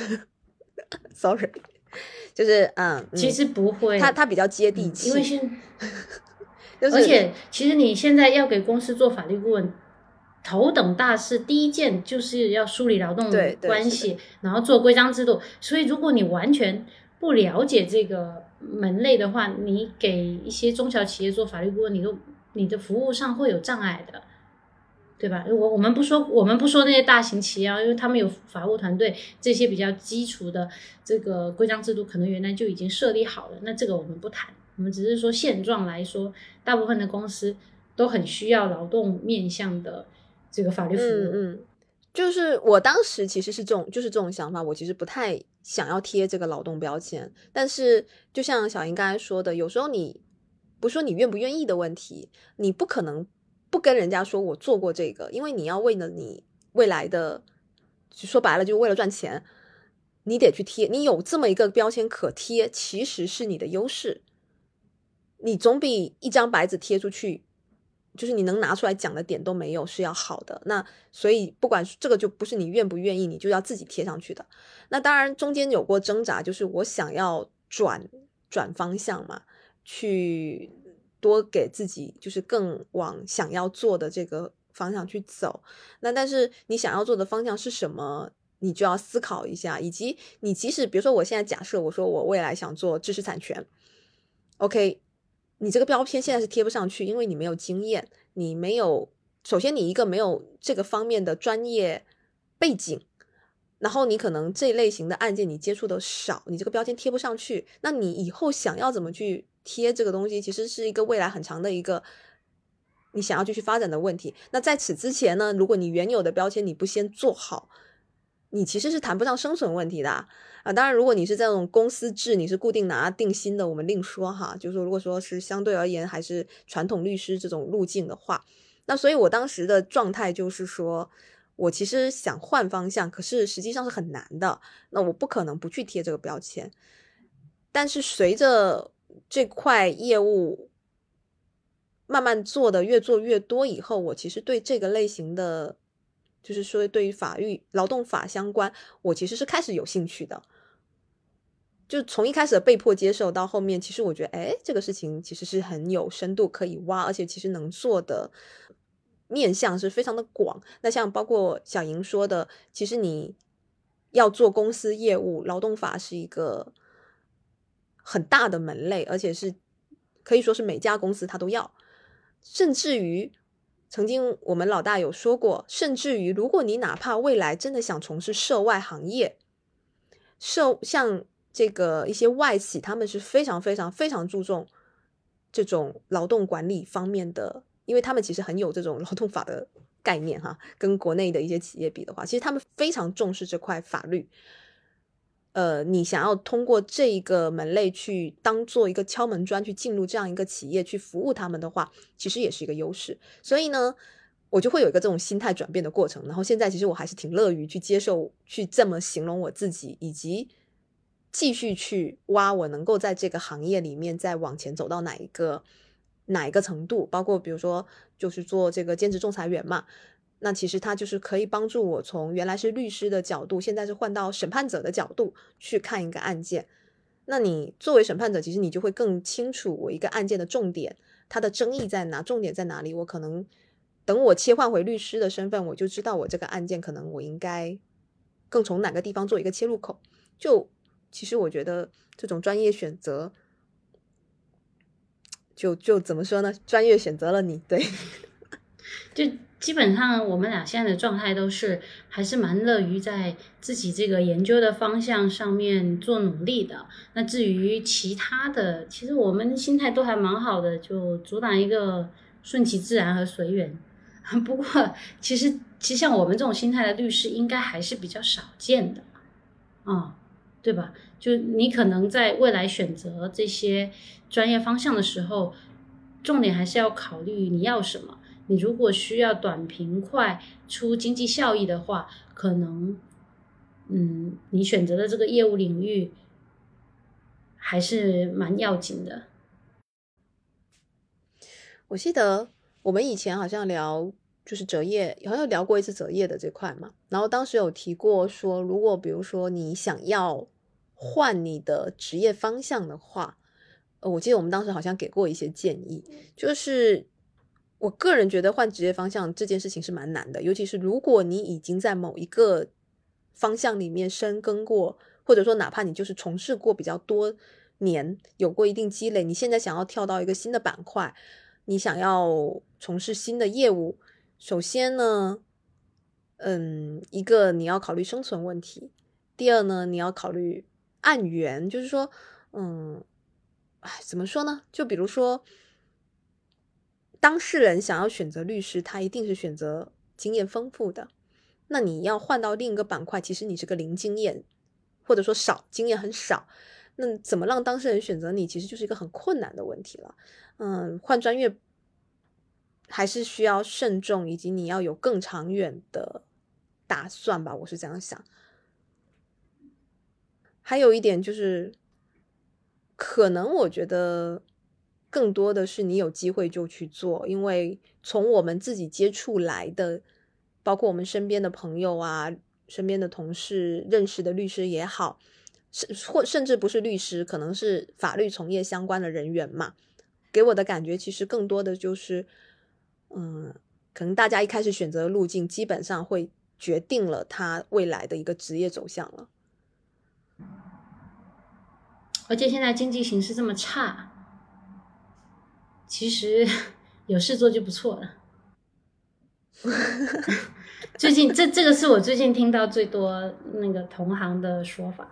sorry 就是嗯， 其实不会， 它它比较接地气、 嗯、因为现就是、 而且其实你现在要给公司做法律顾问，头等大事第一件就是要梳理劳动关系，然后做规章制度，所以如果你完全不了解这个门类的话，你给一些中小企业做法律顾问，你都你的服务上会有障碍的，对吧？我我们不说我们不说那些大型企业啊，因为他们有法务团队，这些比较基础的这个规章制度可能原来就已经设立好了，那这个我们不谈，我们只是说现状来说，大部分的公司都很需要劳动面向的这个法律服务。 嗯嗯，就是我当时其实是这种就是这种想法，我其实不太想要贴这个劳动标签，但是就像小莹刚才说的，有时候你不说你愿不愿意的问题，你不可能不跟人家说我做过这个，因为你要为了你未来的，说白了就为了赚钱，你得去贴，你有这么一个标签可贴，其实是你的优势，你总比一张白纸贴出去就是你能拿出来讲的点都没有是要好的，那所以不管这个就不是你愿不愿意，你就要自己贴上去的。那当然中间有过挣扎，就是我想要转转方向嘛，去多给自己就是更往想要做的这个方向去走。那但是你想要做的方向是什么，你就要思考一下，以及你即使比如说我现在假设我说我未来想做知识产权 OK，你这个标签现在是贴不上去，因为你没有经验，你没有，首先你一个没有这个方面的专业背景，然后你可能这类型的案件你接触的少，你这个标签贴不上去，那你以后想要怎么去贴这个东西，其实是一个未来很长的一个你想要继续发展的问题。那在此之前呢，如果你原有的标签你不先做好，你其实是谈不上生存问题的啊。啊当然如果你是这种公司制，你是固定拿定薪的，我们另说哈。就是说如果说是相对而言还是传统律师这种路径的话，那所以我当时的状态就是说，我其实想换方向，可是实际上是很难的，那我不可能不去贴这个标签。但是随着这块业务慢慢做的越做越多以后，我其实对这个类型的，就是说对于法律劳动法相关，我其实是开始有兴趣的。就从一开始的被迫接受到后面，其实我觉得哎，这个事情其实是很有深度可以挖，而且其实能做的面向是非常的广。那像包括小莹说的，其实你要做公司业务，劳动法是一个很大的门类，而且是可以说是每家公司它都要。甚至于曾经我们老大有说过，甚至于如果你哪怕未来真的想从事涉外行业，涉像这个一些外企，他们是非常非常非常注重这种劳动管理方面的，因为他们其实很有这种劳动法的概念哈，跟国内的一些企业比的话，其实他们非常重视这块法律。呃，你想要通过这一个门类去当做一个敲门砖去进入这样一个企业去服务他们的话，其实也是一个优势。所以呢，我就会有一个这种心态转变的过程。然后现在其实我还是挺乐于去接受，去这么形容我自己，以及继续去挖我能够在这个行业里面再往前走到哪一个哪一个程度。包括比如说就是做这个兼职仲裁员嘛，那其实它就是可以帮助我从原来是律师的角度，现在是换到审判者的角度去看一个案件。那你作为审判者，其实你就会更清楚我一个案件的重点，它的争议在哪，重点在哪里。我可能等我切换回律师的身份，我就知道我这个案件可能我应该更从哪个地方做一个切入口。就其实我觉得这种专业选择，就就怎么说呢？专业选择了你，对。 就基本上我们俩现在的状态都是还是蛮乐于在自己这个研究的方向上面做努力的。那至于其他的，其实我们心态都还蛮好的，就主打一个顺其自然和随缘。不过其实其实像我们这种心态的律师应该还是比较少见的啊、哦，对吧？就你可能在未来选择这些专业方向的时候，重点还是要考虑你要什么。你如果需要短平快出经济效益的话，可能嗯，你选择的这个业务领域还是蛮要紧的。 我记得我们以前好像聊就是择业，好像聊过一次择业的这块嘛，然后当时有提过说，如果比如说你想要换你的职业方向的话，呃，我记得我们当时好像给过一些建议，就是我个人觉得换职业方向这件事情是蛮难的，尤其是如果你已经在某一个方向里面深耕过，或者说哪怕你就是从事过比较多年，有过一定积累，你现在想要跳到一个新的板块，你想要从事新的业务，首先呢，嗯，一个你要考虑生存问题，第二呢，你要考虑案源，就是说，嗯，哎，怎么说呢？就比如说，当事人想要选择律师，他一定是选择经验丰富的。那你要换到另一个板块，其实你是个零经验，或者说少经验很少，那怎么让当事人选择你，其实就是一个很困难的问题了。嗯，换专业还是需要慎重，以及你要有更长远的打算吧，我是这样想。还有一点就是，可能我觉得更多的是你有机会就去做，因为从我们自己接触来的，包括我们身边的朋友啊，身边的同事，认识的律师也好，甚或甚至不是律师，可能是法律从业相关的人员嘛，给我的感觉其实更多的就是，嗯，可能大家一开始选择的路径，基本上会决定了他未来的一个职业走向了。 而且现在经济形势这么差，其实有事做就不错了。最近这这个是我最近听到最多那个同行的说法了。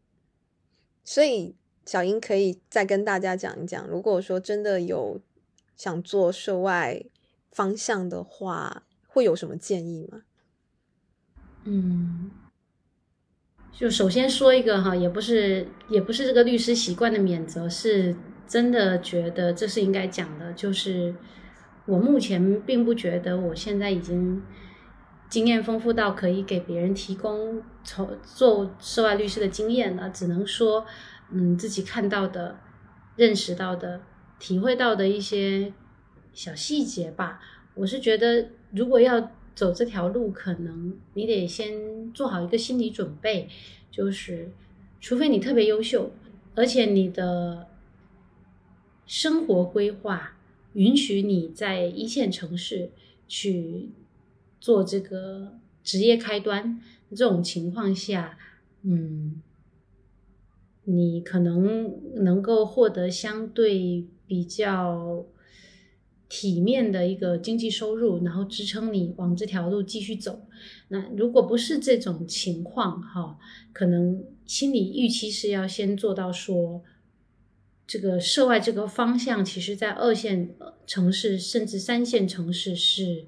所以小英可以再跟大家讲一讲，如果说真的有想做涉外方向的话，会有什么建议吗？ 嗯，就首先说一个哈，也不是也不是这个律师习惯的免责，是真的觉得这是应该讲的，就是我目前并不觉得我现在已经经验丰富到可以给别人提供从做涉外律师的经验了，只能说嗯自己看到的、认识到的、体会到的一些小细节吧。我是觉得如果要走这条路，可能你得先做好一个心理准备，就是除非你特别优秀，而且你的生活规划允许你在一线城市去做这个职业开端，这种情况下，嗯，你可能能够获得相对比较体面的一个经济收入，然后支撑你往这条路继续走。那如果不是这种情况哈，可能心理预期是要先做到说，这个涉外这个方向，其实在二线城市甚至三线城市是，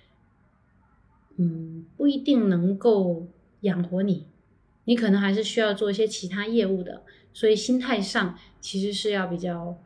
嗯，不一定能够养活你，你可能还是需要做一些其他业务的，所以心态上其实是要比较。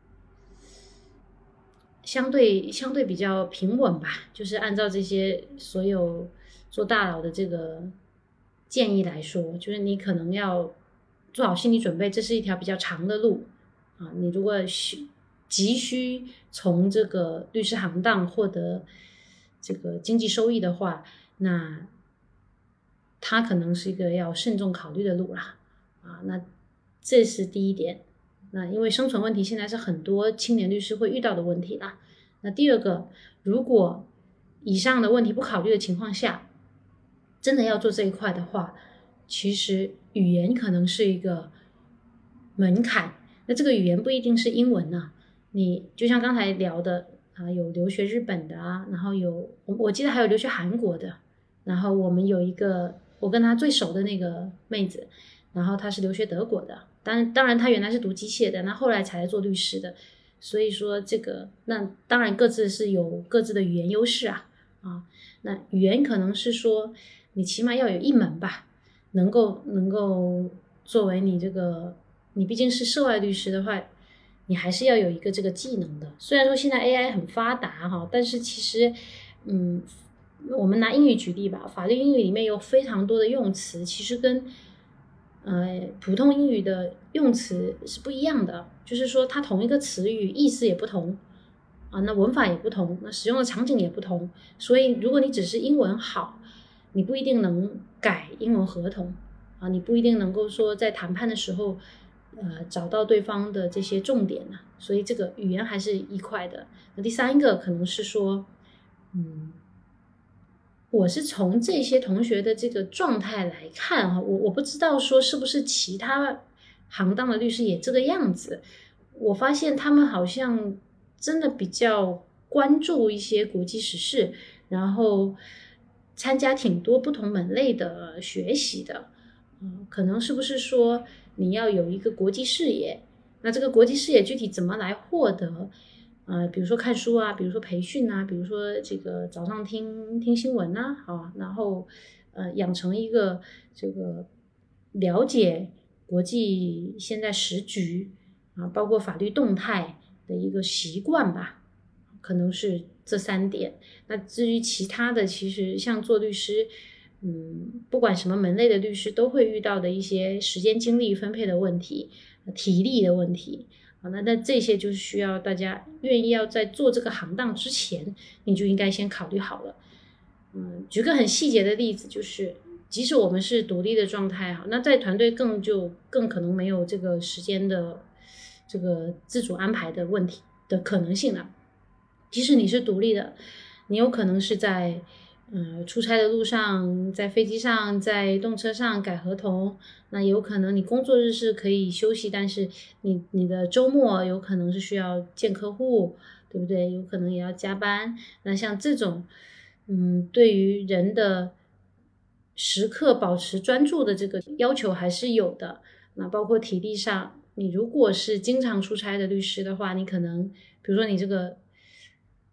相对相对比较平稳吧，就是按照这些所有做大佬的这个建议来说，就是你可能要做好心理准备，这是一条比较长的路啊。你如果需急需从这个律师行当获得这个经济收益的话，那它可能是一个要慎重考虑的路啦啊。那这是第一点。那因为生存问题现在是很多青年律师会遇到的问题啦。那第二个，如果以上的问题不考虑的情况下，真的要做这一块的话，其实语言可能是一个门槛。那这个语言不一定是英文啊，你就像刚才聊的啊，有留学日本的啊，然后有我我记得还有留学韩国的，然后我们有一个我跟她最熟的那个妹子，然后她是留学德国的。当当然他原来是读机械的，那后来才做律师的，所以说这个那当然各自是有各自的语言优势啊啊，那语言可能是说你起码要有一门吧，能够能够作为你这个你毕竟是涉外律师的话，你还是要有一个这个技能的。虽然说现在 A I 很发达哈，但是其实嗯，我们拿英语举例吧，法律英语里面有非常多的用词，其实跟呃，普通英语的用词是不一样的，就是说它同一个词语意思也不同啊，那文法也不同，那使用的场景也不同，所以如果你只是英文好，你不一定能改英文合同啊，你不一定能够说在谈判的时候呃找到对方的这些重点啊，所以这个语言还是一块的。那第三个可能是说，嗯。我是从这些同学的这个状态来看哈，我我不知道说是不是其他行当的律师也这个样子。我发现他们好像真的比较关注一些国际时事，然后参加挺多不同门类的学习的。嗯，可能是不是说你要有一个国际视野？那这个国际视野具体怎么来获得？呃，比如说看书啊，比如说培训啊，比如说这个早上听听新闻呐、啊，啊，然后呃养成一个这个了解国际现在时局啊，包括法律动态的一个习惯吧，可能是这三点。那至于其他的，其实像做律师，嗯，不管什么门类的律师都会遇到的一些时间精力分配的问题、体力的问题。好，那那这些就是需要大家愿意要在做这个行当之前，你就应该先考虑好了。嗯，举个很细节的例子，就是即使我们是独立的状态哈，那在团队更就更可能没有这个时间的这个自主安排的问题的可能性了。即使你是独立的，你有可能是在呃，出差的路上，在飞机上，在动车上改合同，那有可能你工作日是可以休息，但是你你的周末有可能是需要见客户，对不对？有可能也要加班。那像这种，嗯，对于人的时刻保持专注的这个要求还是有的。那包括体力上，你如果是经常出差的律师的话，你可能，比如说你这个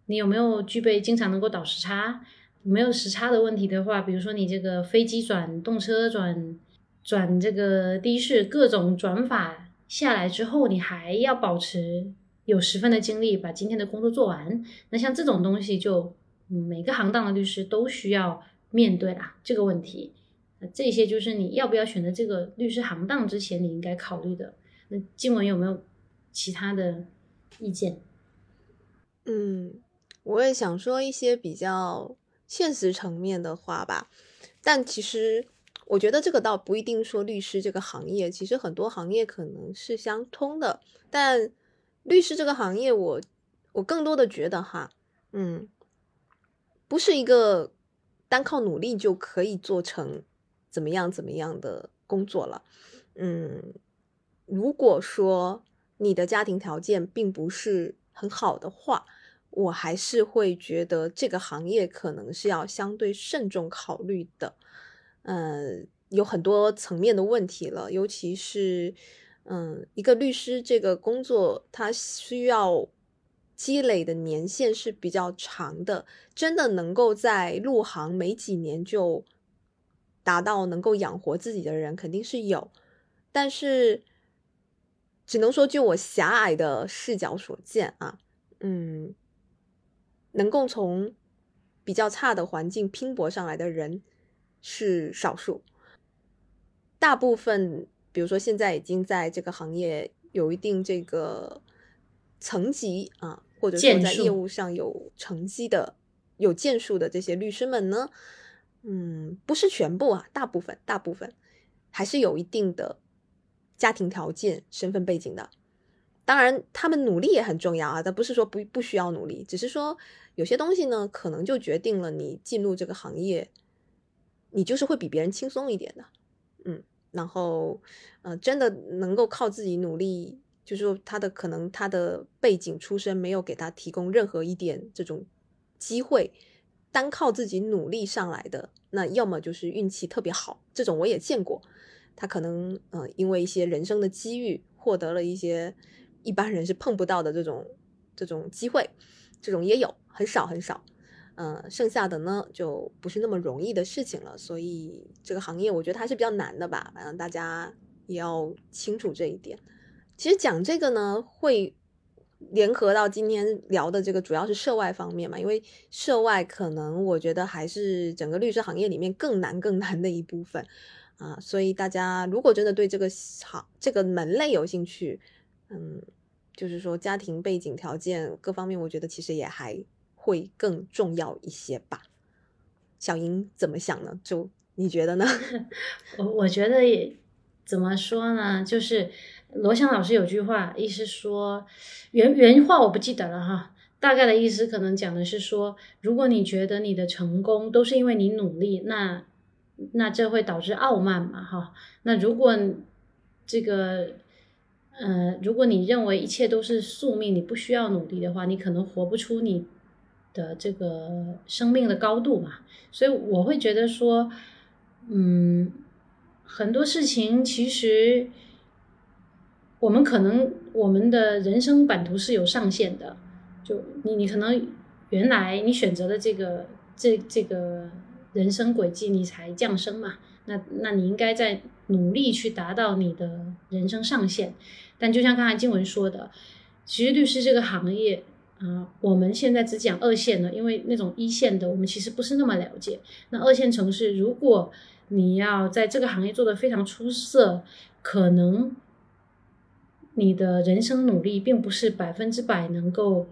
你有没有具备经常能够倒时差？没有时差的问题的话，比如说你这个飞机转动车转转这个的士各种转法下来之后，你还要保持有十分的精力把今天的工作做完。那像这种东西就、嗯、每个行当的律师都需要面对啦这个问题。那这些就是你要不要选择这个律师行当之前你应该考虑的。那静文有没有其他的意见？ 嗯，我也想说一些比较现实层面的话吧，但其实我觉得这个倒不一定说律师这个行业，其实很多行业可能是相通的，但律师这个行业我我更多的觉得哈，嗯，不是一个单靠努力就可以做成怎么样怎么样的工作了。嗯，如果说你的家庭条件并不是很好的话，我还是会觉得这个行业可能是要相对慎重考虑的。呃，有很多层面的问题了，尤其是嗯，一个律师这个工作，它需要积累的年限是比较长的，真的能够在入行没几年就达到能够养活自己的人肯定是有，但是只能说就我狭隘的视角所见啊，嗯，能够从比较差的环境拼搏上来的人是少数，大部分比如说现在已经在这个行业有一定这个层级啊，或者说在业务上有成绩的有建树的这些律师们呢，嗯，不是全部啊，大部分大部分还是有一定的家庭条件身份背景的。当然他们努力也很重要啊，但不是说不不需要努力，只是说有些东西呢可能就决定了你进入这个行业你就是会比别人轻松一点的。嗯，然后呃，真的能够靠自己努力，就是说他的可能他的背景出身没有给他提供任何一点这种机会，单靠自己努力上来的，那要么就是运气特别好，这种我也见过，他可能呃因为一些人生的机遇获得了一些一般人是碰不到的这种这种机会，这种也有，很少很少。呃，剩下的呢就不是那么容易的事情了，所以这个行业我觉得还是比较难的吧，反正大家也要清楚这一点。其实讲这个呢会联合到今天聊的这个主要是涉外方面嘛，因为涉外可能我觉得还是整个律师行业里面更难更难的一部分啊，所以大家如果真的对这个行这个门类有兴趣，嗯，就是说家庭背景条件各方面我觉得其实也还会更重要一些吧。小莹怎么想呢？就你觉得呢？ 我我觉得也怎么说呢，就是罗翔老师有句话，意思说原原话我不记得了哈，大概的意思可能讲的是说，如果你觉得你的成功都是因为你努力，那那这会导致傲慢嘛哈。那如果这个呃，如果你认为一切都是宿命，你不需要努力的话，你可能活不出你的这个生命的高度嘛。所以我会觉得说，嗯，很多事情其实我们可能我们的人生版图是有上限的，就你你可能原来你选择的这个这这个人生轨迹你才降生嘛，那那你应该在努力去达到你的人生上限。但就像刚才静文说的，其实律师这个行业啊、呃，我们现在只讲二线的，因为那种一线的我们其实不是那么了解。那二线城市，如果你要在这个行业做得非常出色，可能你的人生努力并不是百分之百能够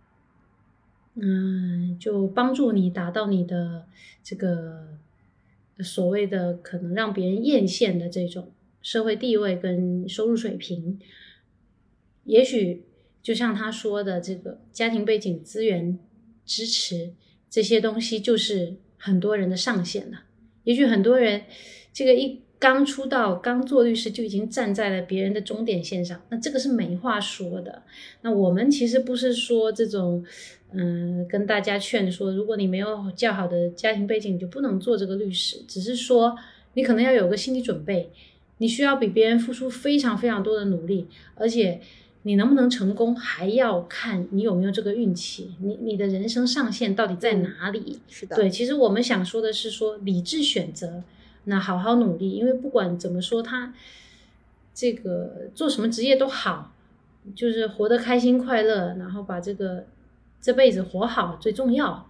嗯，就帮助你达到你的这个所谓的可能让别人艳羡的这种社会地位跟收入水平。也许就像他说的，这个家庭背景、资源支持这些东西就是很多人的上限了。也许很多人这个一刚出道刚做律师就已经站在了别人的终点线上，那这个是没话说的。那我们其实不是说这种嗯，跟大家劝说如果你没有较好的家庭背景你就不能做这个律师，只是说你可能要有个心理准备，你需要比别人付出非常非常多的努力，而且你能不能成功还要看你有没有这个运气，你你的人生上限到底在哪里、 嗯、是的， 对，其实我们想说的是说理智选择，那好好努力，因为不管怎么说他这个做什么职业都好，就是活得开心快乐，然后把这个这辈子活好最重要。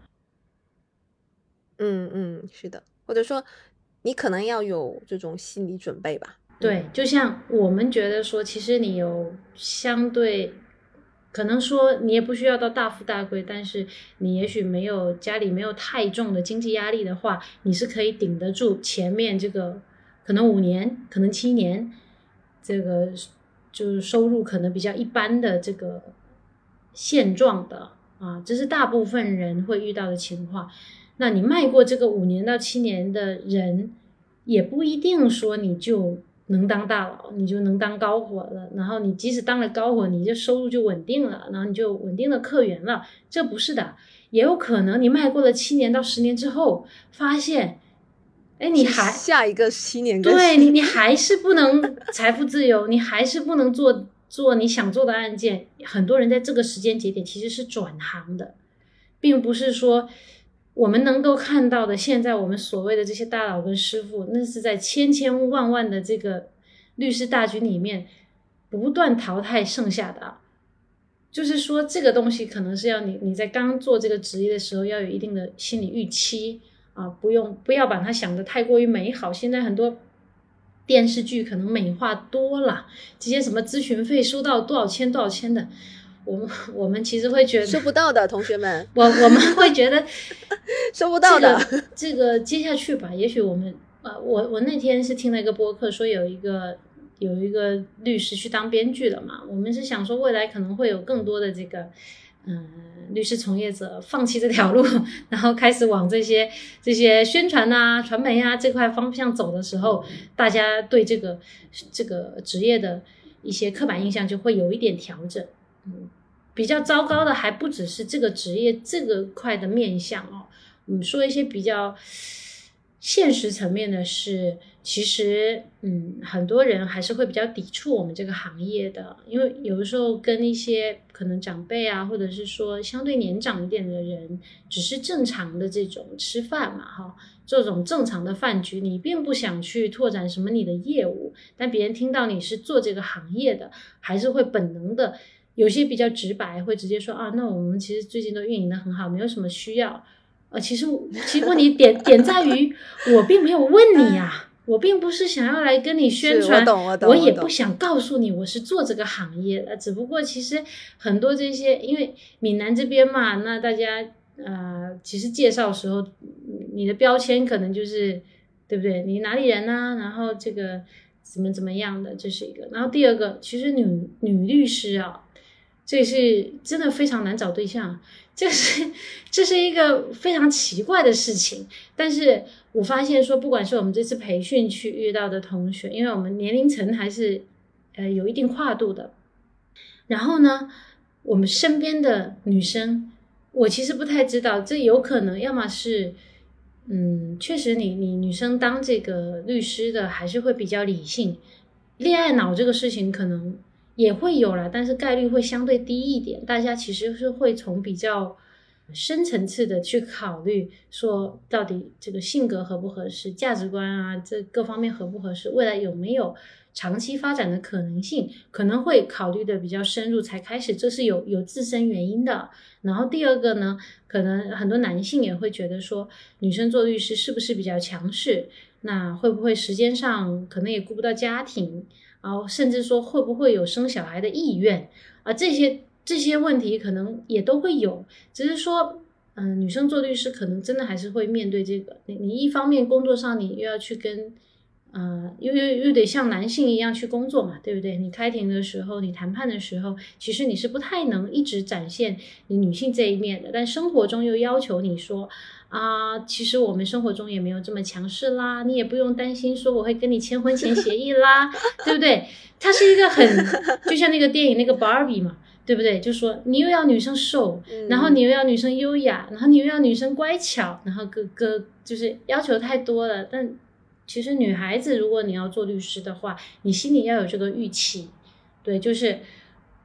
嗯嗯，是的，或者说你可能要有这种心理准备吧。 对，就像我们觉得说，其实你有相对可能说你也不需要到大富大贵，但是你也许没有家里没有太重的经济压力的话，你是可以顶得住前面这个可能五年可能七年这个就是收入可能比较一般的这个现状的啊，这是大部分人会遇到的情况。那你迈过这个五年到七年的人，也不一定说你就能当大佬，你就能当高火了，然后你即使当了高火，你就收入就稳定了，然后你就稳定的客源了，这不是的。也有可能你迈过了七年到十年之后，发现哎，你还下一个七年对你你还是不能财富自由，你还是不能做做你想做的案件。很多人在这个时间节点其实是转行的，并不是说我们能够看到的现在我们所谓的这些大佬跟师傅，那是在千千万万的这个律师大军里面不断淘汰剩下的啊。就是说这个东西可能是要你你在刚做这个职业的时候要有一定的心理预期啊，不用不要把它想得太过于美好。现在很多电视剧可能美化多了，这些什么咨询费收到多少千多少千的，我们我们其实会觉得收不到的，同学们， 我我们会觉得收不到的。 这个这个接下去吧，也许我们呃，我我那天是听了一个播客，说有一个有一个律师去当编剧了嘛，我们是想说未来可能会有更多的这个嗯、呃、律师从业者放弃这条路，然后开始往这些这些宣传啊、传媒啊这块方向走的时候，大家对这个这个职业的一些刻板印象就会有一点调整。嗯，比较糟糕的还不只是这个职业这个块的面向哦，我们说一些比较现实层面的是，其实嗯，很多人还是会比较抵触我们这个行业的，因为有的时候跟一些可能长辈啊，或者是说相对年长一点的人，只是正常的这种吃饭嘛，哈，这种正常的饭局，你并不想去拓展什么你的业务，但别人听到你是做这个行业的，还是会本能的。有些比较直白，会直接说啊，那我们其实最近都运营的很好，没有什么需要。呃，其实其实问题点点在于，我并没有问你啊，我并不是想要来跟你宣传， 我懂我懂， 我也不想告诉你我是做这个行业的，只不过其实很多这些，因为闽南这边嘛，那大家呃，其实介绍的时候，你的标签可能就是对不对？你哪里人啊？然后这个怎么怎么样的，这是一个。然后第二个，其实女女律师啊。这是真的非常难找对象，这是这是一个非常奇怪的事情。但是我发现说，不管是我们这次培训去遇到的同学，因为我们年龄层还是呃有一定跨度的，然后呢，我们身边的女生，我其实不太知道，这有可能要么是嗯，确实你你女生当这个律师的还是会比较理性，恋爱脑这个事情可能也会有啦，但是概率会相对低一点。大家其实是会从比较深层次的去考虑，说到底这个性格合不合适，价值观啊，这各方面合不合适，未来有没有长期发展的可能性，可能会考虑的比较深入才开始，这是有有自身原因的。然后第二个呢，可能很多男性也会觉得说，女生做律师是不是比较强势，那会不会时间上可能也顾不到家庭，然后甚至说会不会有生小孩的意愿啊，这些这些问题可能也都会有，只是说嗯、呃，女生做律师可能真的还是会面对这个，你你一方面工作上你又要去跟呃，又又又得像男性一样去工作嘛，对不对？你开庭的时候，你谈判的时候，其实你是不太能一直展现你女性这一面的，但生活中又要求你说啊、呃，其实我们生活中也没有这么强势啦，你也不用担心说我会跟你签婚前协议啦，对不对？它是一个很就像那个电影那个 Barbie 嘛，对不对？就说你又要女生瘦，然后你又要女生优雅，然后你又要女生乖巧，然后各个就是要求太多了，但其实女孩子如果你要做律师的话，你心里要有这个预期，对，就是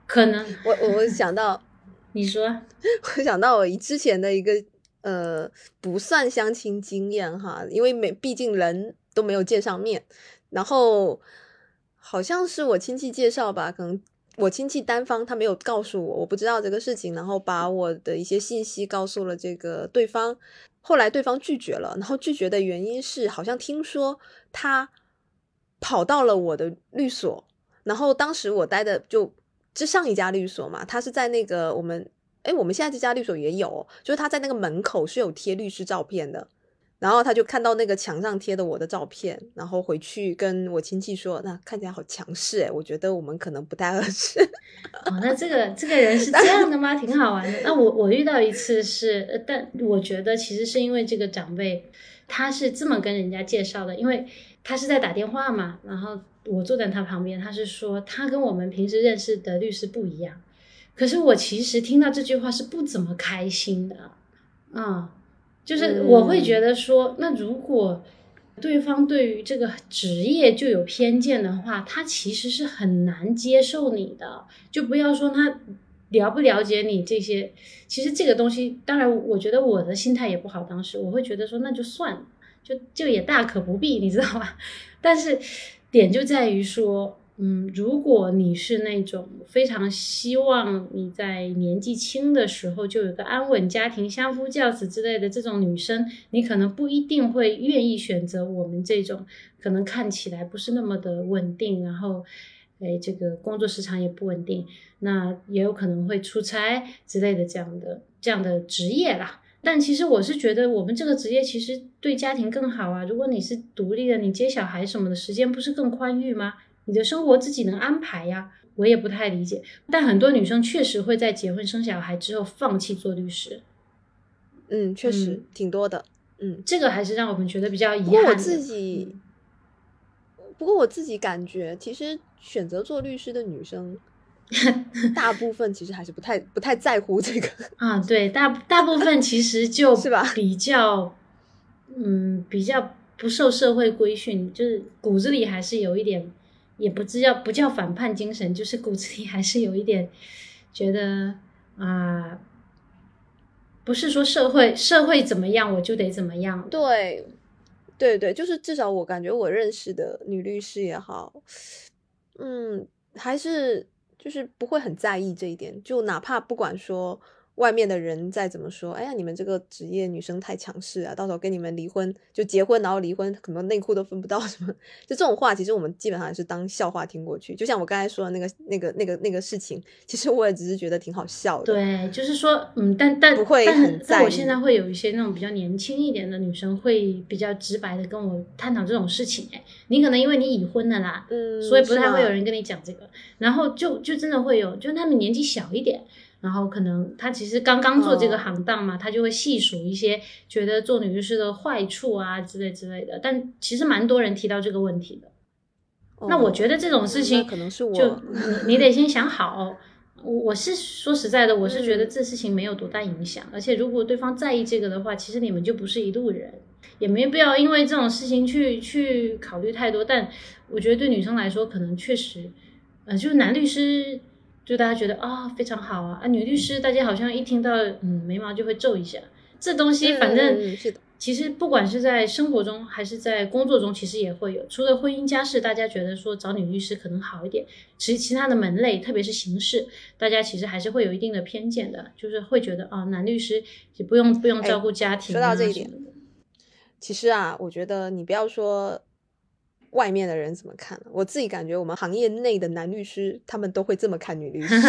可能我我我想到， 你说， 我想到我之前的一个呃不算相亲经验哈，因为没毕竟人都没有见上面，然后好像是我亲戚介绍吧，可能我亲戚单方他没有告诉我，我不知道这个事情，然后把我的一些信息告诉了这个对方，后来对方拒绝了，然后拒绝的原因是好像听说他跑到了我的律所，然后当时我待的就就上一家律所嘛，他是在那个我们诶我们现在这家律所也有，就是他在那个门口是有贴律师照片的，然后他就看到那个墙上贴的我的照片，然后回去跟我亲戚说，那看起来好强势诶，我觉得我们可能不太合适。 哦，那这个这个人是这样的吗？挺好玩的。那我我遇到一次是，呃但我觉得其实是因为这个长辈他是这么跟人家介绍的，因为他是在打电话嘛，然后我坐在他旁边，他是说他跟我们平时认识的律师不一样。可是我其实听到这句话是不怎么开心的，啊、就是我会觉得说，那如果对方对于这个职业就有偏见的话，他其实是很难接受你的。就不要说他了不了解你这些，其实这个东西，当然我觉得我的心态也不好，当时我会觉得说那就算了，就就也大可不必，你知道吧？但是点就在于说，嗯，如果你是那种非常希望你在年纪轻的时候就有个安稳家庭、相夫教子之类的这种女生，你可能不一定会愿意选择我们这种可能看起来不是那么的稳定，然后哎，这个工作时长也不稳定，那也有可能会出差之类的这样的这样的职业啦。但其实我是觉得我们这个职业其实对家庭更好啊，如果你是独立的，你接小孩什么的时间不是更宽裕吗？你的生活自己能安排呀，我也不太理解。但很多女生确实会在结婚生小孩之后放弃做律师。 嗯，确实、 嗯、 挺多的。嗯， 这个还是让我们觉得比较遗憾的。 不过我自己、嗯、不过我自己感觉其实选择做律师的女生大部分其实还是不太不太在乎这个啊，对，大大部分其实就是吧比较嗯比较不受社会规训，就是骨子里还是有一点，也不知道不叫反叛精神，就是骨子里还是有一点觉得啊、不是说社会社会怎么样我就得怎么样。 对对对，就是至少我感觉我认识的女律师也好，嗯，还是就是不会很在意这一点，就哪怕不管说外面的人再怎么说，哎呀，你们这个职业女生太强势啊，到时候跟你们离婚就结婚，然后离婚可能内裤都分不到什么，就这种话，其实我们基本上也是当笑话听过去。就像我刚才说的那个那个那个那个事情，其实我也只是觉得挺好笑的。 对，就是说，嗯，但但不会但很在意但我现在会有一些那种比较年轻一点的女生会比较直白的跟我探讨这种事情。哎，你可能因为你已婚了啦， 嗯， 所以不太是吗会有人跟你讲这个。然后就就真的会有，就他们年纪小一点，然后可能他其实刚刚做这个行当嘛， 哦他就会细数一些觉得做女律师的坏处啊之类之类的。但其实蛮多人提到这个问题的。那我觉得这种事情， 哦那可能是我就你你得先想好。我是说实在的，我是觉得这事情没有多大影响，嗯、而且如果对方在意这个的话，其实你们就不是一路人，也没必要因为这种事情去去考虑太多。但我觉得对女生来说，可能确实，呃，就是男律师，就大家觉得啊、哦、非常好啊，啊女律师大家好像一听到嗯眉毛就会皱一下，这东西反正、 嗯、是的。 其实不管是在生活中还是在工作中，其实也会有。除了婚姻家事，大家觉得说找女律师可能好一点，其实其他的门类，特别是刑事，大家其实还是会有一定的偏见的，就是会觉得啊，男律师也不用不用照顾家庭、啊哎、说到这一点，其实啊，我觉得你不要说外面的人怎么看，我自己感觉我们行业内的男律师，他们都会这么看女律师。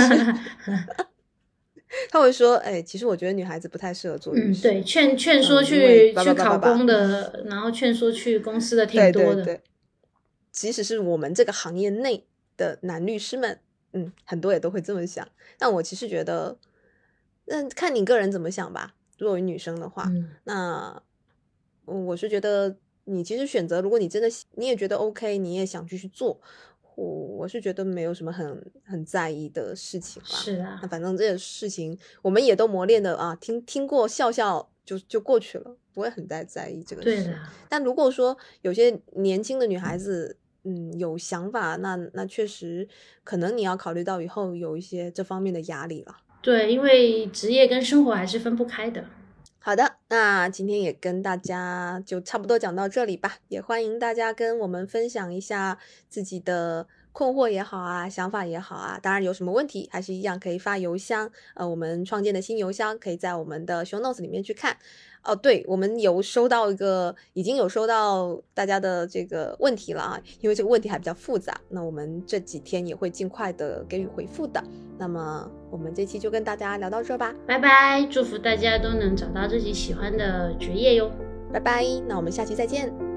他会说，哎，其实我觉得女孩子不太适合做律师。 嗯，对，劝劝说去、 嗯、 去考公的，然后劝说去公司的挺多的。 对对对，即使是我们这个行业内的男律师们，嗯，很多也都会这么想。但我其实觉得，那看你个人怎么想吧。作为女生的话， 嗯、 那我是觉得你其实选择，如果你真的你也觉得 OK， 你也想继续做。我我是觉得没有什么很很在意的事情啦。 是啊， 那反正这个事情我们也都磨练的啊，听听过笑笑就就过去了，不会很在在意这个事。 对的。 但如果说有些年轻的女孩子， 嗯有想法，那那确实可能你要考虑到以后有一些这方面的压力了。 对，因为职业跟生活还是分不开的。 好的，那今天也跟大家就差不多讲到这里吧，也欢迎大家跟我们分享一下自己的困惑也好啊，想法也好啊，当然有什么问题还是一样可以发邮箱，呃，我们创建的新邮箱可以在我们的 show notes 里面去看。哦，对，我们有收到一个，已经有收到大家的这个问题了啊，因为这个问题还比较复杂，那我们这几天也会尽快的给予回复的。那么我们这期就跟大家聊到这吧， 拜拜，祝福大家都能找到自己喜欢的职业哟， 拜拜，那我们下期再见。